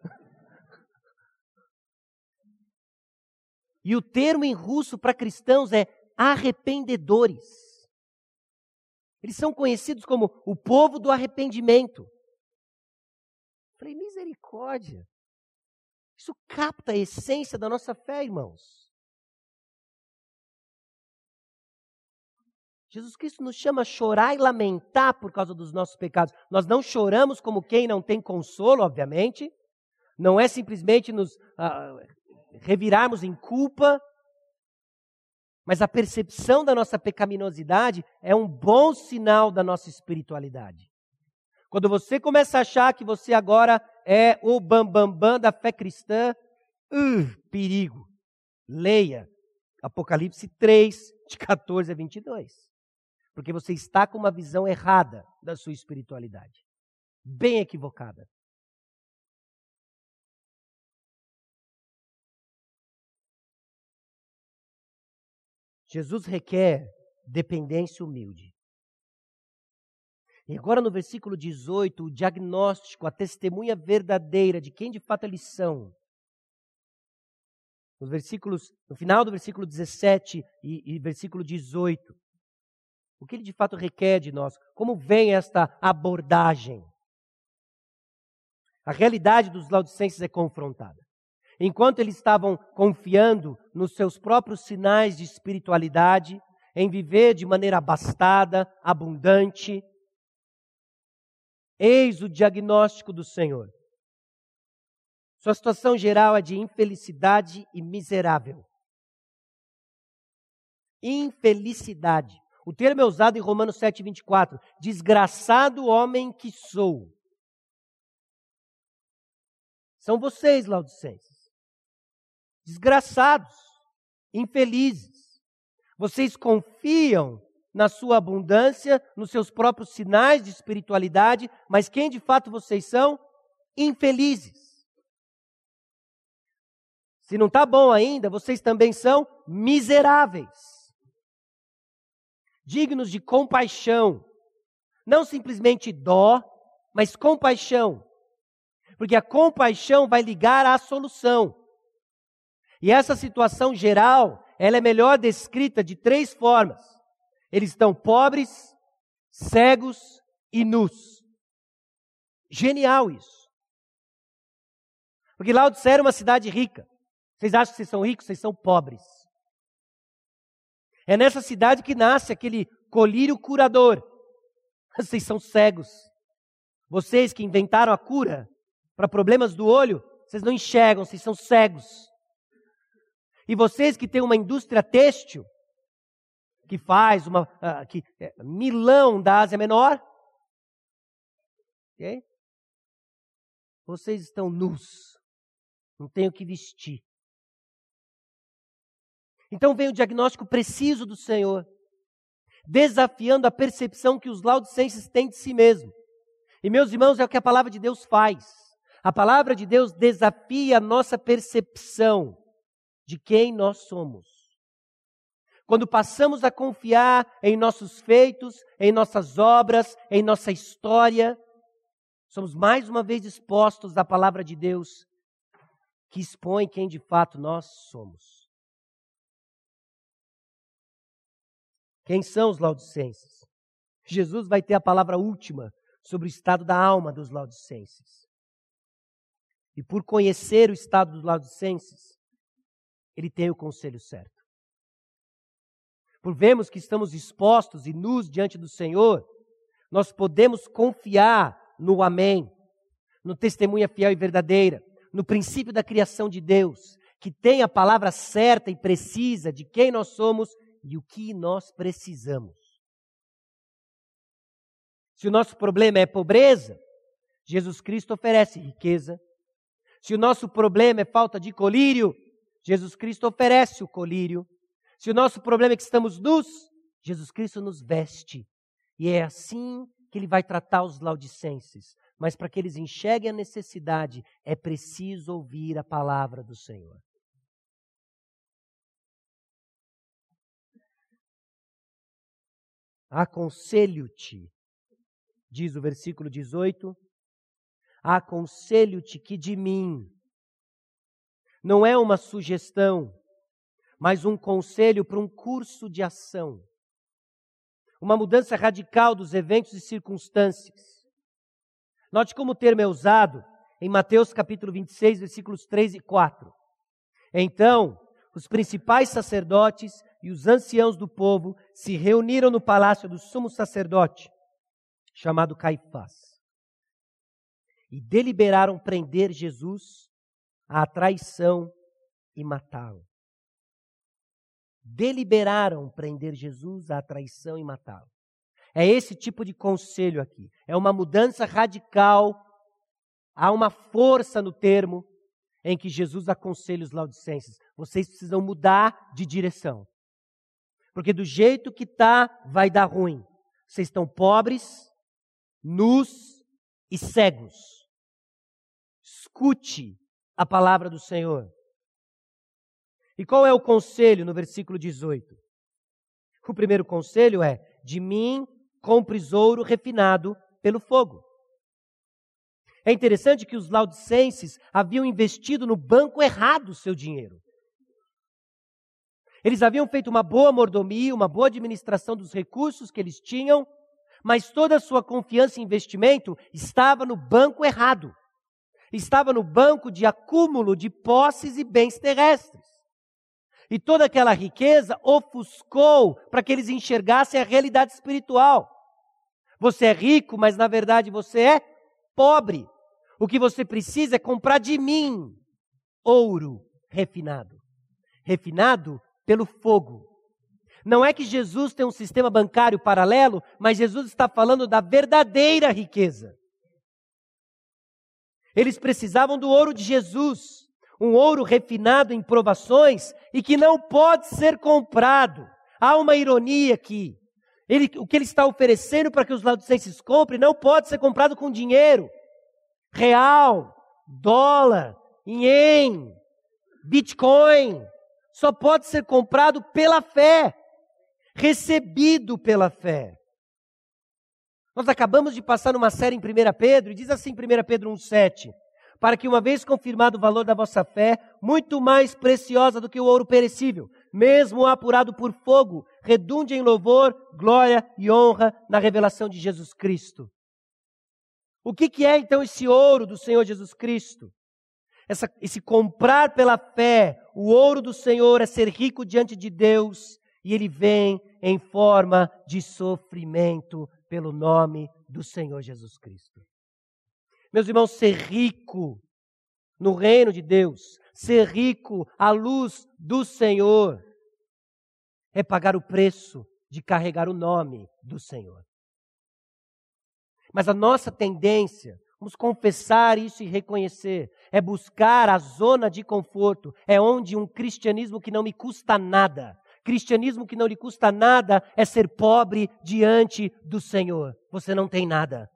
E o termo em russo para cristãos é arrependedores. Eles são conhecidos como o povo do arrependimento. Falei, misericórdia. Isso capta a essência da nossa fé, irmãos. Jesus Cristo nos chama a chorar e lamentar por causa dos nossos pecados. Nós não choramos como quem não tem consolo, obviamente. Não é simplesmente nos revirarmos em culpa. Mas a percepção da nossa pecaminosidade é um bom sinal da nossa espiritualidade. Quando você começa a achar que você agora é o bambambam da fé cristã, perigo. Leia Apocalipse 3, de 14 a 22. Porque você está com uma visão errada da sua espiritualidade. Bem equivocada. Jesus requer dependência humilde. E agora no versículo 18, o diagnóstico, a testemunha verdadeira de quem de fato eles são. No final do versículo 17 e versículo 18. O que ele de fato requer de nós? Como vem esta abordagem? A realidade dos laodicenses é confrontada. Enquanto eles estavam confiando nos seus próprios sinais de espiritualidade, em viver de maneira abastada, abundante, eis o diagnóstico do Senhor. Sua situação geral é de infelicidade e miserável. Infelicidade. O termo é usado em Romanos 7, 24. Desgraçado homem que sou. São vocês, laodicenses. Desgraçados, infelizes. Vocês confiam na sua abundância, nos seus próprios sinais de espiritualidade, mas quem de fato vocês são? Infelizes. Se não está bom ainda, vocês também são miseráveis. Dignos de compaixão. Não simplesmente dó, mas compaixão. Porque a compaixão vai ligar à solução. E essa situação geral, ela é melhor descrita de 3 formas. Eles estão pobres, cegos e nus. Genial isso. Porque Laodicea era uma cidade rica. Vocês acham que vocês são ricos? Vocês são pobres. É nessa cidade que nasce aquele colírio curador. Vocês são cegos. Vocês que inventaram a cura para problemas do olho, vocês não enxergam, vocês são cegos. E vocês que têm uma indústria têxtil, que faz Milão da Ásia Menor, okay? Vocês estão nus, não têm o que vestir. Então vem o diagnóstico preciso do Senhor. desafiando a percepção que os laodicenses têm de si mesmos. E, meus irmãos, é o que a palavra de Deus faz. A palavra de Deus desafia a nossa percepção de quem nós somos. Quando passamos a confiar em nossos feitos, em nossas obras, em nossa história, somos mais uma vez expostos à palavra de Deus, que expõe quem de fato nós somos. Quem são os laodicenses? Jesus vai ter a palavra última sobre o estado da alma dos laodicenses. E por conhecer o estado dos laodicenses, ele tem o conselho certo. Por vermos que estamos expostos e nus diante do Senhor, nós podemos confiar no amém, no testemunha fiel e verdadeira, no princípio da criação de Deus, que tem a palavra certa e precisa de quem nós somos e o que nós precisamos. Se o nosso problema é pobreza, Jesus Cristo oferece riqueza. Se o nosso problema é falta de colírio, Jesus Cristo oferece o colírio. Se o nosso problema é que estamos nus, Jesus Cristo nos veste. E é assim que ele vai tratar os laodicenses. Mas para que eles enxerguem a necessidade, é preciso ouvir a palavra do Senhor. Aconselho-te, diz o versículo 18, aconselho-te que de mim, não é uma sugestão, mas um conselho para um curso de ação. Uma mudança radical dos eventos e circunstâncias. Note como o termo é usado em Mateus capítulo 26, versículos 3 e 4. Então, os principais sacerdotes e os anciãos do povo se reuniram no palácio do sumo sacerdote, chamado Caifás, e deliberaram prender Jesus à traição e matá-lo. Deliberaram prender Jesus à traição e matá-lo. É esse tipo de conselho aqui. É uma mudança radical. Há uma força no termo em que Jesus aconselha os laodicenses. Vocês precisam mudar de direção. Porque do jeito que está, vai dar ruim. Vocês estão pobres, nus e cegos. Escute a palavra do Senhor. E qual é o conselho no versículo 18? O primeiro conselho é: de mim compres ouro refinado pelo fogo. É interessante que os laodicenses haviam investido no banco errado o seu dinheiro. Eles haviam feito uma boa mordomia, uma boa administração dos recursos que eles tinham, mas toda a sua confiança e investimento estava no banco errado. Estava no banco de acúmulo de posses e bens terrestres. E toda aquela riqueza ofuscou para que eles enxergassem a realidade espiritual. Você é rico, mas na verdade você é pobre. O que você precisa é comprar de mim ouro refinado. Refinado pelo fogo. Não é que Jesus tem um sistema bancário paralelo, mas Jesus está falando da verdadeira riqueza. Eles precisavam do ouro de Jesus. Um ouro refinado em provações e que não pode ser comprado. Há uma ironia aqui. O que ele está oferecendo para que os laodicenses comprem não pode ser comprado com dinheiro. Real, dólar, ien, Bitcoin. Só pode ser comprado pela fé. Recebido pela fé. Nós acabamos de passar numa série em 1 Pedro, e diz assim 1 Pedro 1,7. Para que, uma vez confirmado o valor da vossa fé, muito mais preciosa do que o ouro perecível, mesmo apurado por fogo, redunde em louvor, glória e honra na revelação de Jesus Cristo. O que é então esse ouro do Senhor Jesus Cristo? Esse comprar pela fé, o ouro do Senhor é ser rico diante de Deus, e ele vem em forma de sofrimento pelo nome do Senhor Jesus Cristo. Meus irmãos, ser rico no reino de Deus, ser rico à luz do Senhor, é pagar o preço de carregar o nome do Senhor. Mas a nossa tendência, vamos confessar isso e reconhecer, é buscar a zona de conforto, é onde um cristianismo que não me custa nada, Cristianismo que não lhe custa nada é ser pobre diante do Senhor. Você não tem nada.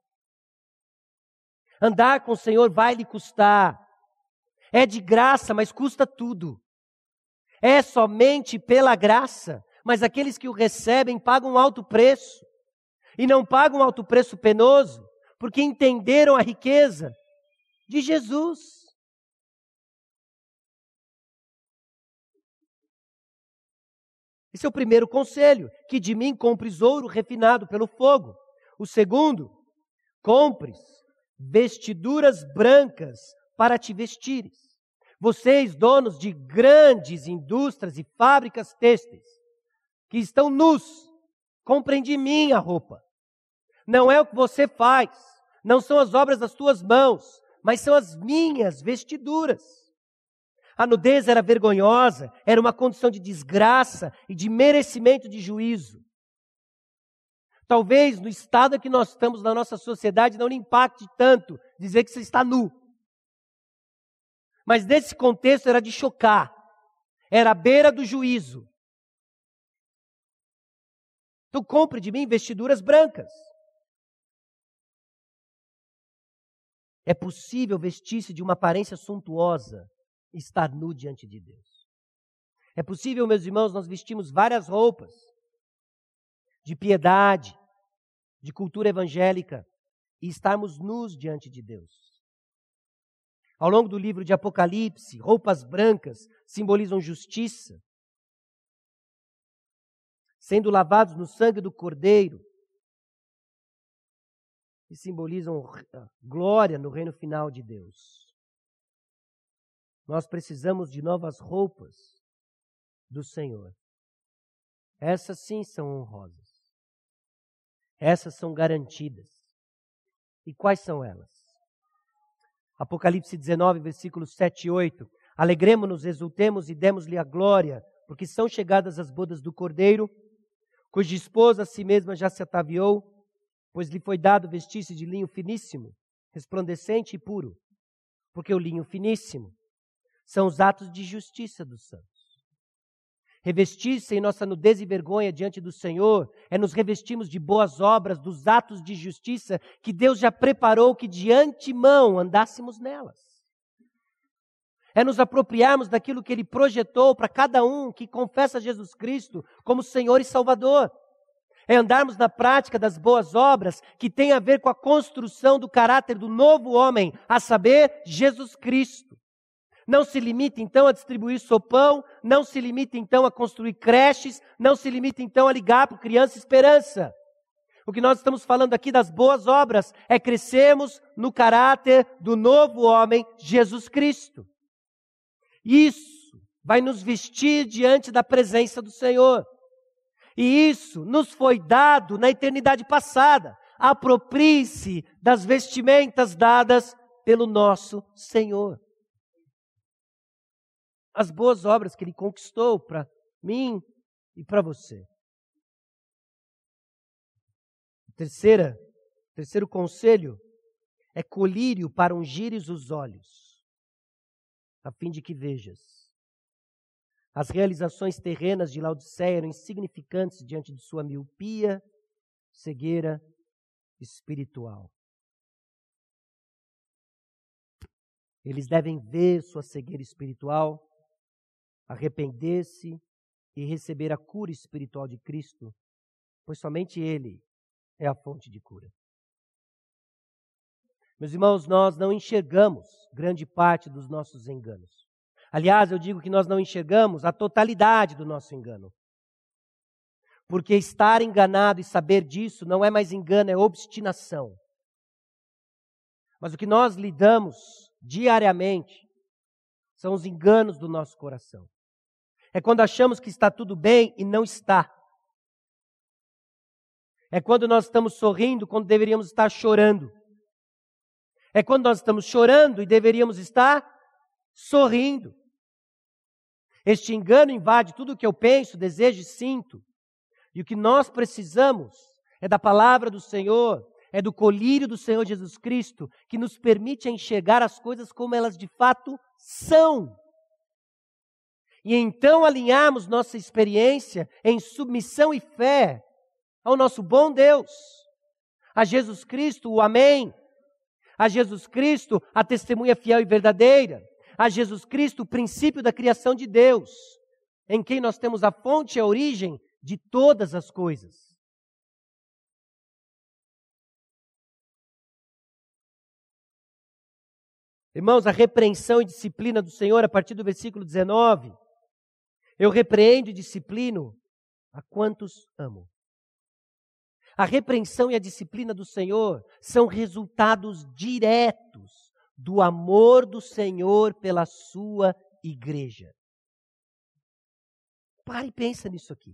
Andar com o Senhor vai lhe custar. É de graça, mas custa tudo. É somente pela graça, mas aqueles que o recebem pagam um alto preço. E não pagam um alto preço penoso, porque entenderam a riqueza de Jesus. Esse é o primeiro conselho, que de mim compres ouro refinado pelo fogo. O segundo, compres vestiduras brancas para te vestires. Vocês, donos de grandes indústrias e fábricas têxteis, que estão nus, comprem de mim a roupa. Não é o que você faz, não são as obras das tuas mãos, mas são as minhas vestiduras. A nudez era vergonhosa, era uma condição de desgraça e de merecimento de juízo. Talvez no estado em que nós estamos na nossa sociedade não lhe impacte tanto dizer que você está nu. Mas nesse contexto era de chocar, era à beira do juízo. Então compre de mim vestiduras brancas. É possível vestir-se de uma aparência suntuosa e estar nu diante de Deus. É possível, meus irmãos, nós vestimos várias roupas de piedade, de cultura evangélica e estarmos nus diante de Deus. Ao longo do livro de Apocalipse, roupas brancas simbolizam justiça, sendo lavados no sangue do Cordeiro, e simbolizam glória no reino final de Deus. Nós precisamos de novas roupas do Senhor. Essas sim são honrosas. Essas são garantidas. E quais são elas? Apocalipse 19, versículos 7 e 8. Alegremo-nos, exultemos e demos-lhe a glória, porque são chegadas as bodas do Cordeiro, cuja esposa a si mesma já se ataviou, pois lhe foi dado vestir-se de linho finíssimo, resplandecente e puro, porque o linho finíssimo são os atos de justiça dos santos. Revestir-se em nossa nudez e vergonha diante do Senhor é nos revestirmos de boas obras, dos atos de justiça que Deus já preparou que de antemão andássemos nelas. É nos apropriarmos daquilo que Ele projetou para cada um que confessa Jesus Cristo como Senhor e Salvador. É andarmos na prática das boas obras que tem a ver com a construção do caráter do novo homem, a saber, Jesus Cristo. Não se limite então a distribuir sopão, não se limite então a construir creches, não se limite então a ligar para o Criança Esperança. O que nós estamos falando aqui das boas obras é crescermos no caráter do novo homem, Jesus Cristo. Isso vai nos vestir diante da presença do Senhor. E isso nos foi dado na eternidade passada. Aproprie-se das vestimentas dadas pelo nosso Senhor. As boas obras que Ele conquistou para mim e para você. Terceiro conselho é colírio para ungires os olhos, a fim de que vejas. As realizações terrenas de Laodiceia eram insignificantes diante de sua miopia, cegueira espiritual. Eles devem ver sua cegueira espiritual, arrepender-se e receber a cura espiritual de Cristo, pois somente Ele é a fonte de cura. Meus irmãos, nós não enxergamos grande parte dos nossos enganos. Aliás, eu digo que nós não enxergamos a totalidade do nosso engano. Porque estar enganado e saber disso não é mais engano, é obstinação. Mas o que nós lidamos diariamente são os enganos do nosso coração. É quando achamos que está tudo bem e não está. É quando nós estamos sorrindo quando deveríamos estar chorando. É quando nós estamos chorando e deveríamos estar sorrindo. Este engano invade tudo o que eu penso, desejo e sinto. E o que nós precisamos é da palavra do Senhor, é do colírio do Senhor Jesus Cristo, que nos permite enxergar as coisas como elas de fato são. e então alinharmos nossa experiência em submissão e fé ao nosso bom Deus, a Jesus Cristo, o Amém, a Jesus Cristo, a testemunha fiel e verdadeira, a Jesus Cristo, o princípio da criação de Deus, em quem nós temos a fonte e a origem de todas as coisas. Irmãos, a repreensão e disciplina do Senhor, a partir do versículo 19, eu repreendo e disciplino a quantos amo. A repreensão e a disciplina do Senhor são resultados diretos do amor do Senhor pela sua igreja. Pare e pensa nisso aqui.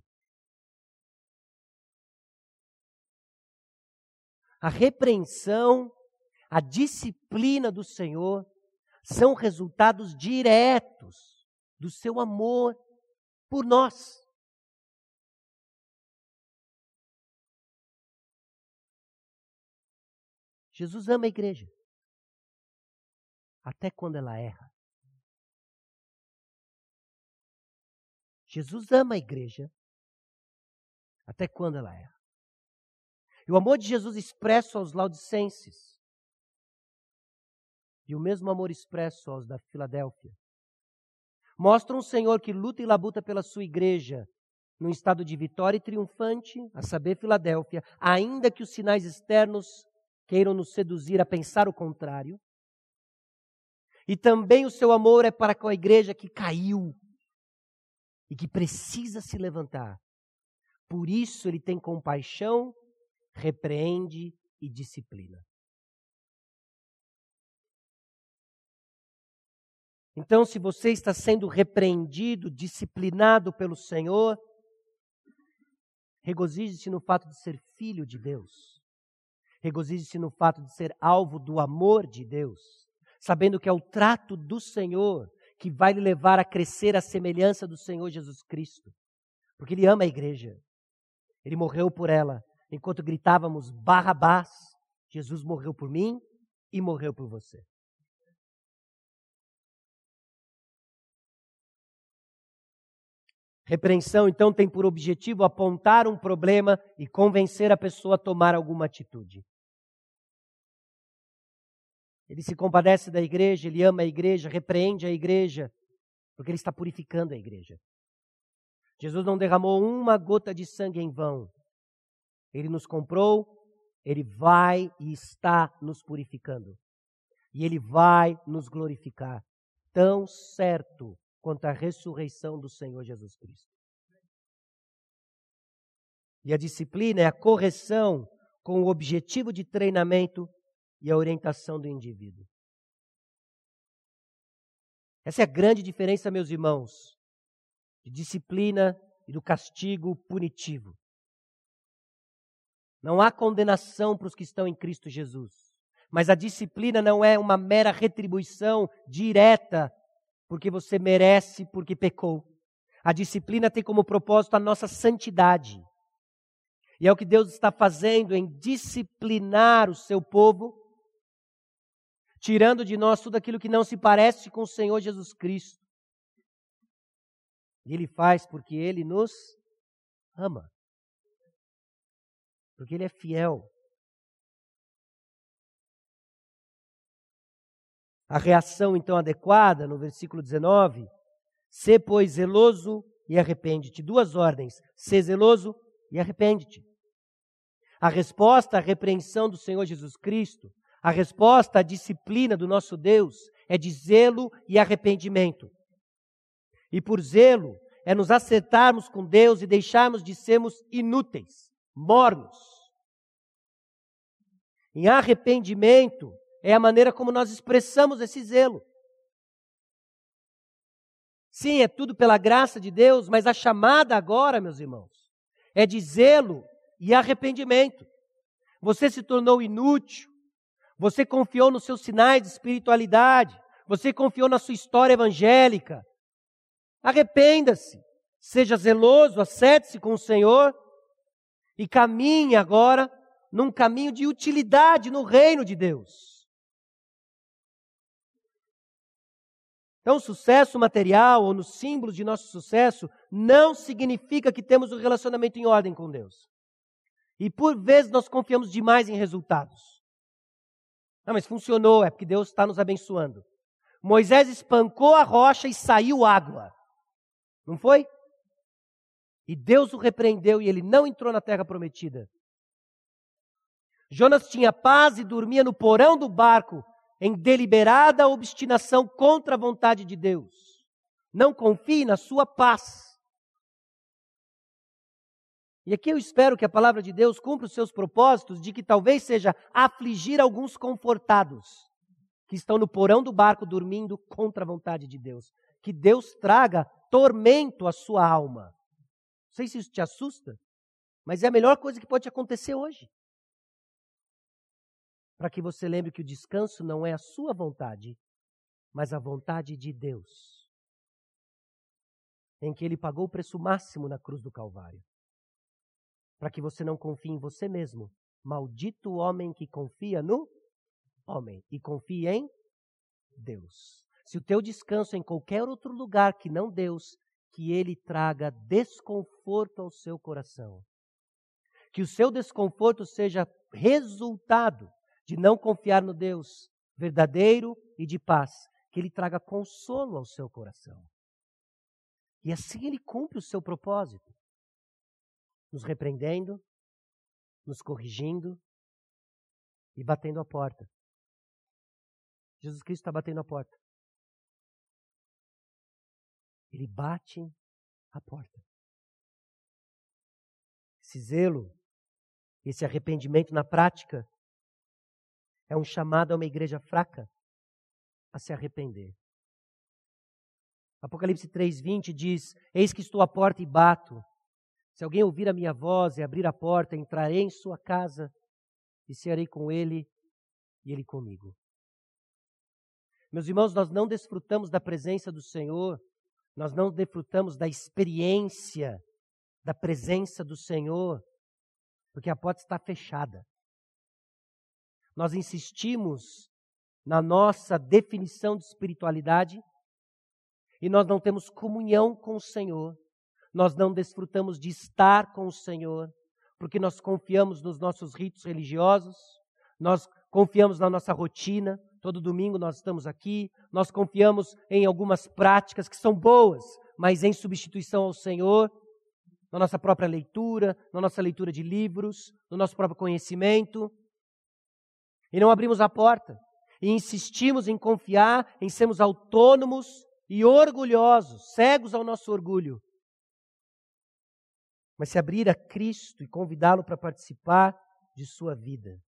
A repreensão, a disciplina do Senhor são resultados diretos do seu amor por nós. Jesus ama a igreja, até quando ela erra. Jesus ama a igreja, até quando ela erra. E o amor de Jesus expresso aos laodicenses, e o mesmo amor expresso aos da Filadélfia, mostra um Senhor que luta e labuta pela sua igreja, num estado de vitória e triunfante, a saber, Filadélfia, ainda que os sinais externos queiram nos seduzir a pensar o contrário. E também o seu amor é para com a igreja que caiu e que precisa se levantar. Por isso ele tem compaixão, repreende e disciplina. Então, se você está sendo repreendido, disciplinado pelo Senhor, regozije-se no fato de ser filho de Deus. Regozije-se no fato de ser alvo do amor de Deus, sabendo que é o trato do Senhor que vai lhe levar a crescer à semelhança do Senhor Jesus Cristo. Porque Ele ama a igreja. Ele morreu por ela. Enquanto gritávamos Barrabás, Jesus morreu por mim e morreu por você. Repreensão, então, tem por objetivo apontar um problema e convencer a pessoa a tomar alguma atitude. Ele se compadece da igreja, ele ama a igreja, repreende a igreja, porque ele está purificando a igreja. Jesus não derramou uma gota de sangue em vão. Ele nos comprou, ele vai e está nos purificando. E ele vai nos glorificar, tão certo quanto a ressurreição do Senhor Jesus Cristo. E a disciplina é a correção com o objetivo de treinamento e a orientação do indivíduo. Essa é a grande diferença, meus irmãos, de disciplina e do castigo punitivo. Não há condenação para os que estão em Cristo Jesus, mas a disciplina não é uma mera retribuição direta porque você merece, porque pecou. A disciplina tem como propósito a nossa santidade. E é o que Deus está fazendo em disciplinar o seu povo, tirando de nós tudo aquilo que não se parece com o Senhor Jesus Cristo. E Ele faz porque Ele nos ama. Porque Ele é fiel. A reação, então, adequada, no versículo 19, sê, pois, zeloso e arrepende-te. Duas ordens, sê zeloso e arrepende-te. A resposta à repreensão do Senhor Jesus Cristo, a resposta à disciplina do nosso Deus, é de zelo e arrependimento. E por zelo, é nos acertarmos com Deus e deixarmos de sermos inúteis, mornos. Em arrependimento, é a maneira como nós expressamos esse zelo. Sim, é tudo pela graça de Deus, mas a chamada agora, meus irmãos, é de zelo e arrependimento. Você se tornou inútil, você confiou nos seus sinais de espiritualidade, você confiou na sua história evangélica. Arrependa-se, seja zeloso, acerte-se com o Senhor e caminhe agora num caminho de utilidade no reino de Deus. Então, o sucesso material ou nos símbolos de nosso sucesso não significa que temos um relacionamento em ordem com Deus. E por vezes nós confiamos demais em resultados. Não, mas funcionou, é porque Deus está nos abençoando. Moisés espancou a rocha e saiu água. Não foi? E Deus o repreendeu e ele não entrou na terra prometida. Jonas tinha paz e dormia no porão do barco, em deliberada obstinação contra a vontade de Deus. Não confie na sua paz. E aqui eu espero que a palavra de Deus cumpra os seus propósitos de que talvez seja afligir alguns confortados que estão no porão do barco dormindo contra a vontade de Deus. Que Deus traga tormento à sua alma. Não sei se isso te assusta, mas é a melhor coisa que pode acontecer hoje. Para que você lembre que o descanso não é a sua vontade, mas a vontade de Deus. Em que Ele pagou o preço máximo na cruz do Calvário. Para que você não confie em você mesmo. Maldito o homem que confia no homem e confie em Deus. Se o teu descanso é em qualquer outro lugar que não Deus, que Ele traga desconforto ao seu coração. Que o seu desconforto seja resultado de não confiar no Deus verdadeiro e de paz, que Ele traga consolo ao seu coração. E assim Ele cumpre o seu propósito, nos repreendendo, nos corrigindo e batendo a porta. Jesus Cristo está batendo a porta. Ele bate a porta. Esse zelo, esse arrependimento na prática, é um chamado a uma igreja fraca a se arrepender. Apocalipse 3:20 diz: Eis que estou à porta e bato. Se alguém ouvir a minha voz e abrir a porta, entrarei em sua casa e cearei com ele e ele comigo. Meus irmãos, nós não desfrutamos da presença do Senhor, nós não desfrutamos da experiência da presença do Senhor, porque a porta está fechada. Nós insistimos na nossa definição de espiritualidade e nós não temos comunhão com o Senhor. Nós não desfrutamos de estar com o Senhor, porque nós confiamos nos nossos ritos religiosos, nós confiamos na nossa rotina, todo domingo nós estamos aqui, nós confiamos em algumas práticas que são boas, mas em substituição ao Senhor, na nossa própria leitura, na nossa leitura de livros, no nosso próprio conhecimento. E não abrimos a porta. E insistimos em confiar, em sermos autônomos e orgulhosos, cegos ao nosso orgulho. Mas se abrir a Cristo e convidá-lo para participar de sua vida.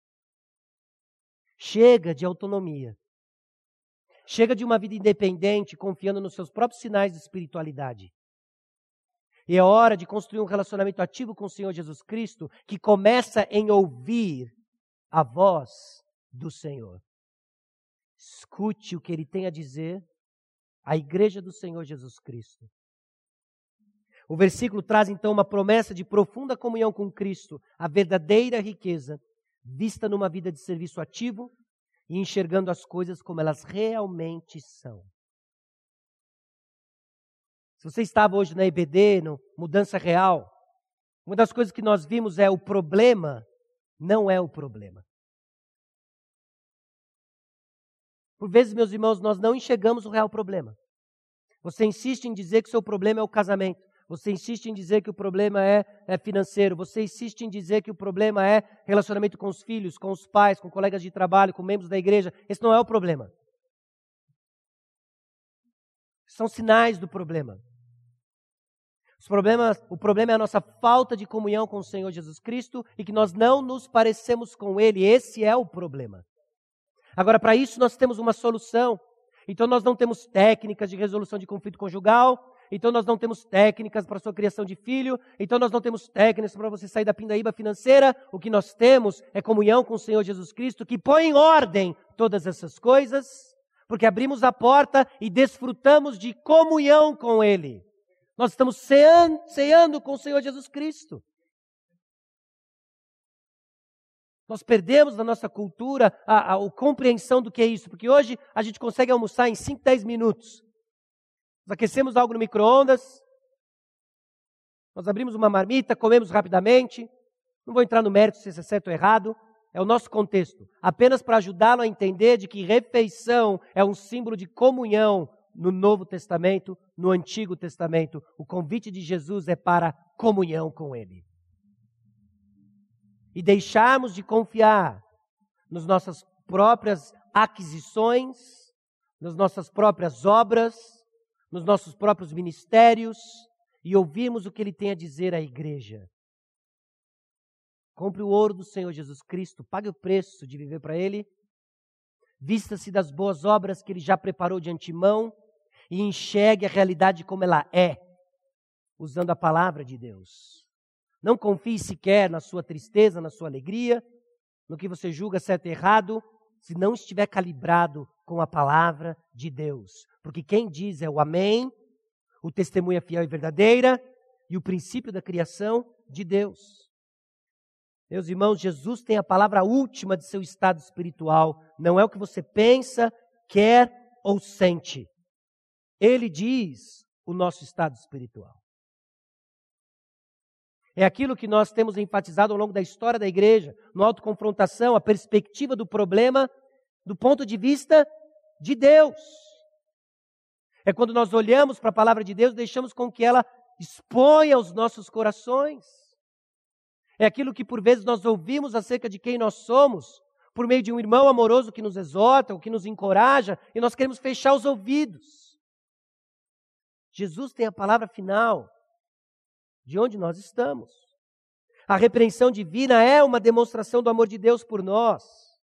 Chega de autonomia. Chega de uma vida independente, confiando nos seus próprios sinais de espiritualidade. E é hora de construir um relacionamento ativo com o Senhor Jesus Cristo, que começa em ouvir a voz do Senhor. Escute o que Ele tem a dizer à igreja do Senhor Jesus Cristo. O versículo traz então uma promessa de profunda comunhão com Cristo, a verdadeira riqueza, vista numa vida de serviço ativo e enxergando as coisas como elas realmente são. Se você estava hoje na EBD, no Mudança Real, uma das coisas que nós vimos é o problema não é o problema. Por vezes, meus irmãos, nós não enxergamos o real problema. Você insiste em dizer que o seu problema é o casamento. Você insiste em dizer que o problema é financeiro. Você insiste em dizer que o problema é relacionamento com os filhos, com os pais, com colegas de trabalho, com membros da igreja. Esse não é o problema. São sinais do problema. O problema é a nossa falta de comunhão com o Senhor Jesus Cristo e que nós não nos parecemos com Ele. Esse é o problema. Agora, para isso, nós temos uma solução. Então, nós não temos técnicas de resolução de conflito conjugal. Então, nós não temos técnicas para a sua criação de filho. Então, nós não temos técnicas para você sair da pindaíba financeira. O que nós temos é comunhão com o Senhor Jesus Cristo, que põe em ordem todas essas coisas, porque abrimos a porta e desfrutamos de comunhão com Ele. Nós estamos ceando com o Senhor Jesus Cristo. Nós perdemos na nossa cultura a compreensão do que é isso, porque hoje a gente consegue almoçar em 5, 10 minutos. Nós aquecemos algo no micro-ondas, nós abrimos uma marmita, comemos rapidamente. Não vou entrar no mérito se isso é certo ou errado, é o nosso contexto. Apenas para ajudá-lo a entender de que refeição é um símbolo de comunhão no Novo Testamento, no Antigo Testamento. O convite de Jesus é para comunhão com Ele. E deixarmos de confiar nas nossas próprias aquisições, nas nossas próprias obras, nos nossos próprios ministérios, e ouvirmos o que Ele tem a dizer à igreja. Compre o ouro do Senhor Jesus Cristo, pague o preço de viver para Ele, vista-se das boas obras que Ele já preparou de antemão e enxergue a realidade como ela é, usando a palavra de Deus. Não confie sequer na sua tristeza, na sua alegria, no que você julga certo e errado, se não estiver calibrado com a palavra de Deus. Porque quem diz é o amém, o testemunho é fiel e verdadeira e o princípio da criação de Deus. Meus irmãos, Jesus tem a palavra última de seu estado espiritual. Não é o que você pensa, quer ou sente. Ele diz o nosso estado espiritual. É aquilo que nós temos enfatizado ao longo da história da igreja, no autoconfrontação, a perspectiva do problema do ponto de vista de Deus. É quando nós olhamos para a palavra de Deus, deixamos com que ela exponha os nossos corações. É aquilo que por vezes nós ouvimos acerca de quem nós somos, por meio de um irmão amoroso que nos exorta, ou que nos encoraja, e nós queremos fechar os ouvidos. Jesus tem a palavra final de onde nós estamos. A repreensão divina é uma demonstração do amor de Deus por nós.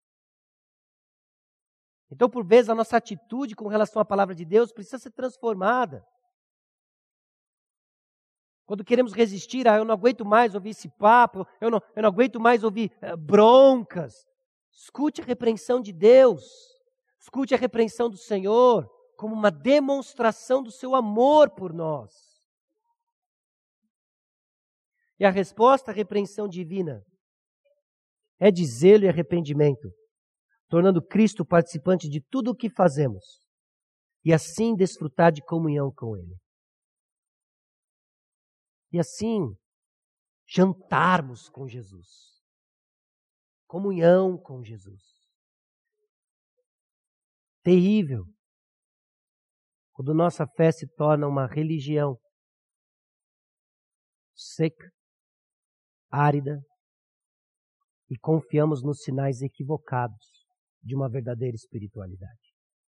Então, por vezes, a nossa atitude com relação à palavra de Deus precisa ser transformada. Quando queremos resistir, eu não aguento mais ouvir esse papo, eu não aguento mais ouvir broncas. Escute a repreensão de Deus, escute a repreensão do Senhor, como uma demonstração do seu amor por nós. E a resposta à repreensão divina é de zelo e arrependimento, tornando Cristo participante de tudo o que fazemos e assim desfrutar de comunhão com Ele. E assim jantarmos com Jesus. Comunhão com Jesus. Terrível quando nossa fé se torna uma religião seca, árida, e confiamos nos sinais equivocados de uma verdadeira espiritualidade.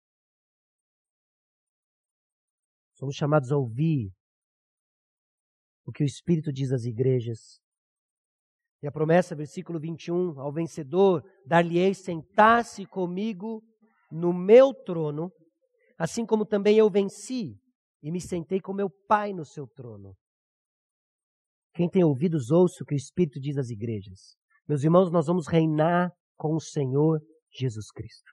Somos chamados a ouvir o que o Espírito diz às igrejas. E a promessa, versículo 21, ao vencedor, dar-lhe-ei sentar-se comigo no meu trono, assim como também eu venci e me sentei com meu Pai no seu trono. Quem tem ouvidos, ouça o que o Espírito diz às igrejas. Meus irmãos, nós vamos reinar com o Senhor Jesus Cristo.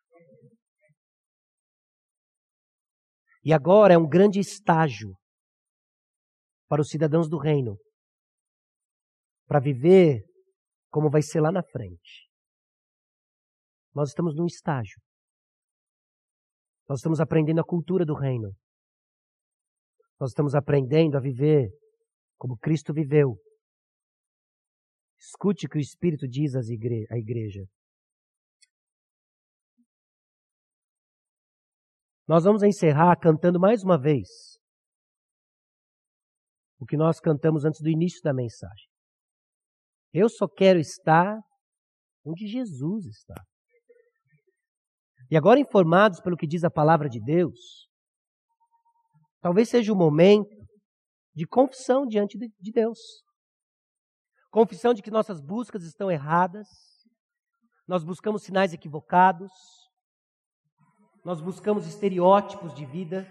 E agora é um grande estágio para os cidadãos do reino, para viver como vai ser lá na frente. Nós estamos num estágio. Nós estamos aprendendo a cultura do reino. Nós estamos aprendendo a viver como Cristo viveu. Escute o que o Espírito diz à igreja. Nós vamos encerrar cantando mais uma vez o que nós cantamos antes do início da mensagem. Eu só quero estar onde Jesus está. E agora, informados pelo que diz a palavra de Deus, talvez seja o momento de confissão diante de Deus. Confissão de que nossas buscas estão erradas, nós buscamos sinais equivocados, nós buscamos estereótipos de vida.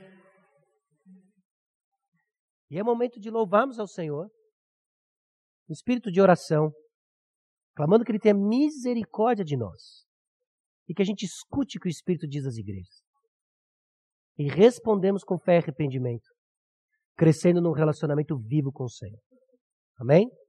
E é momento de louvarmos ao Senhor, no espírito de oração, clamando que Ele tenha misericórdia de nós e que a gente escute o que o Espírito diz às igrejas. E respondemos com fé e arrependimento, crescendo num relacionamento vivo com o Senhor. Amém?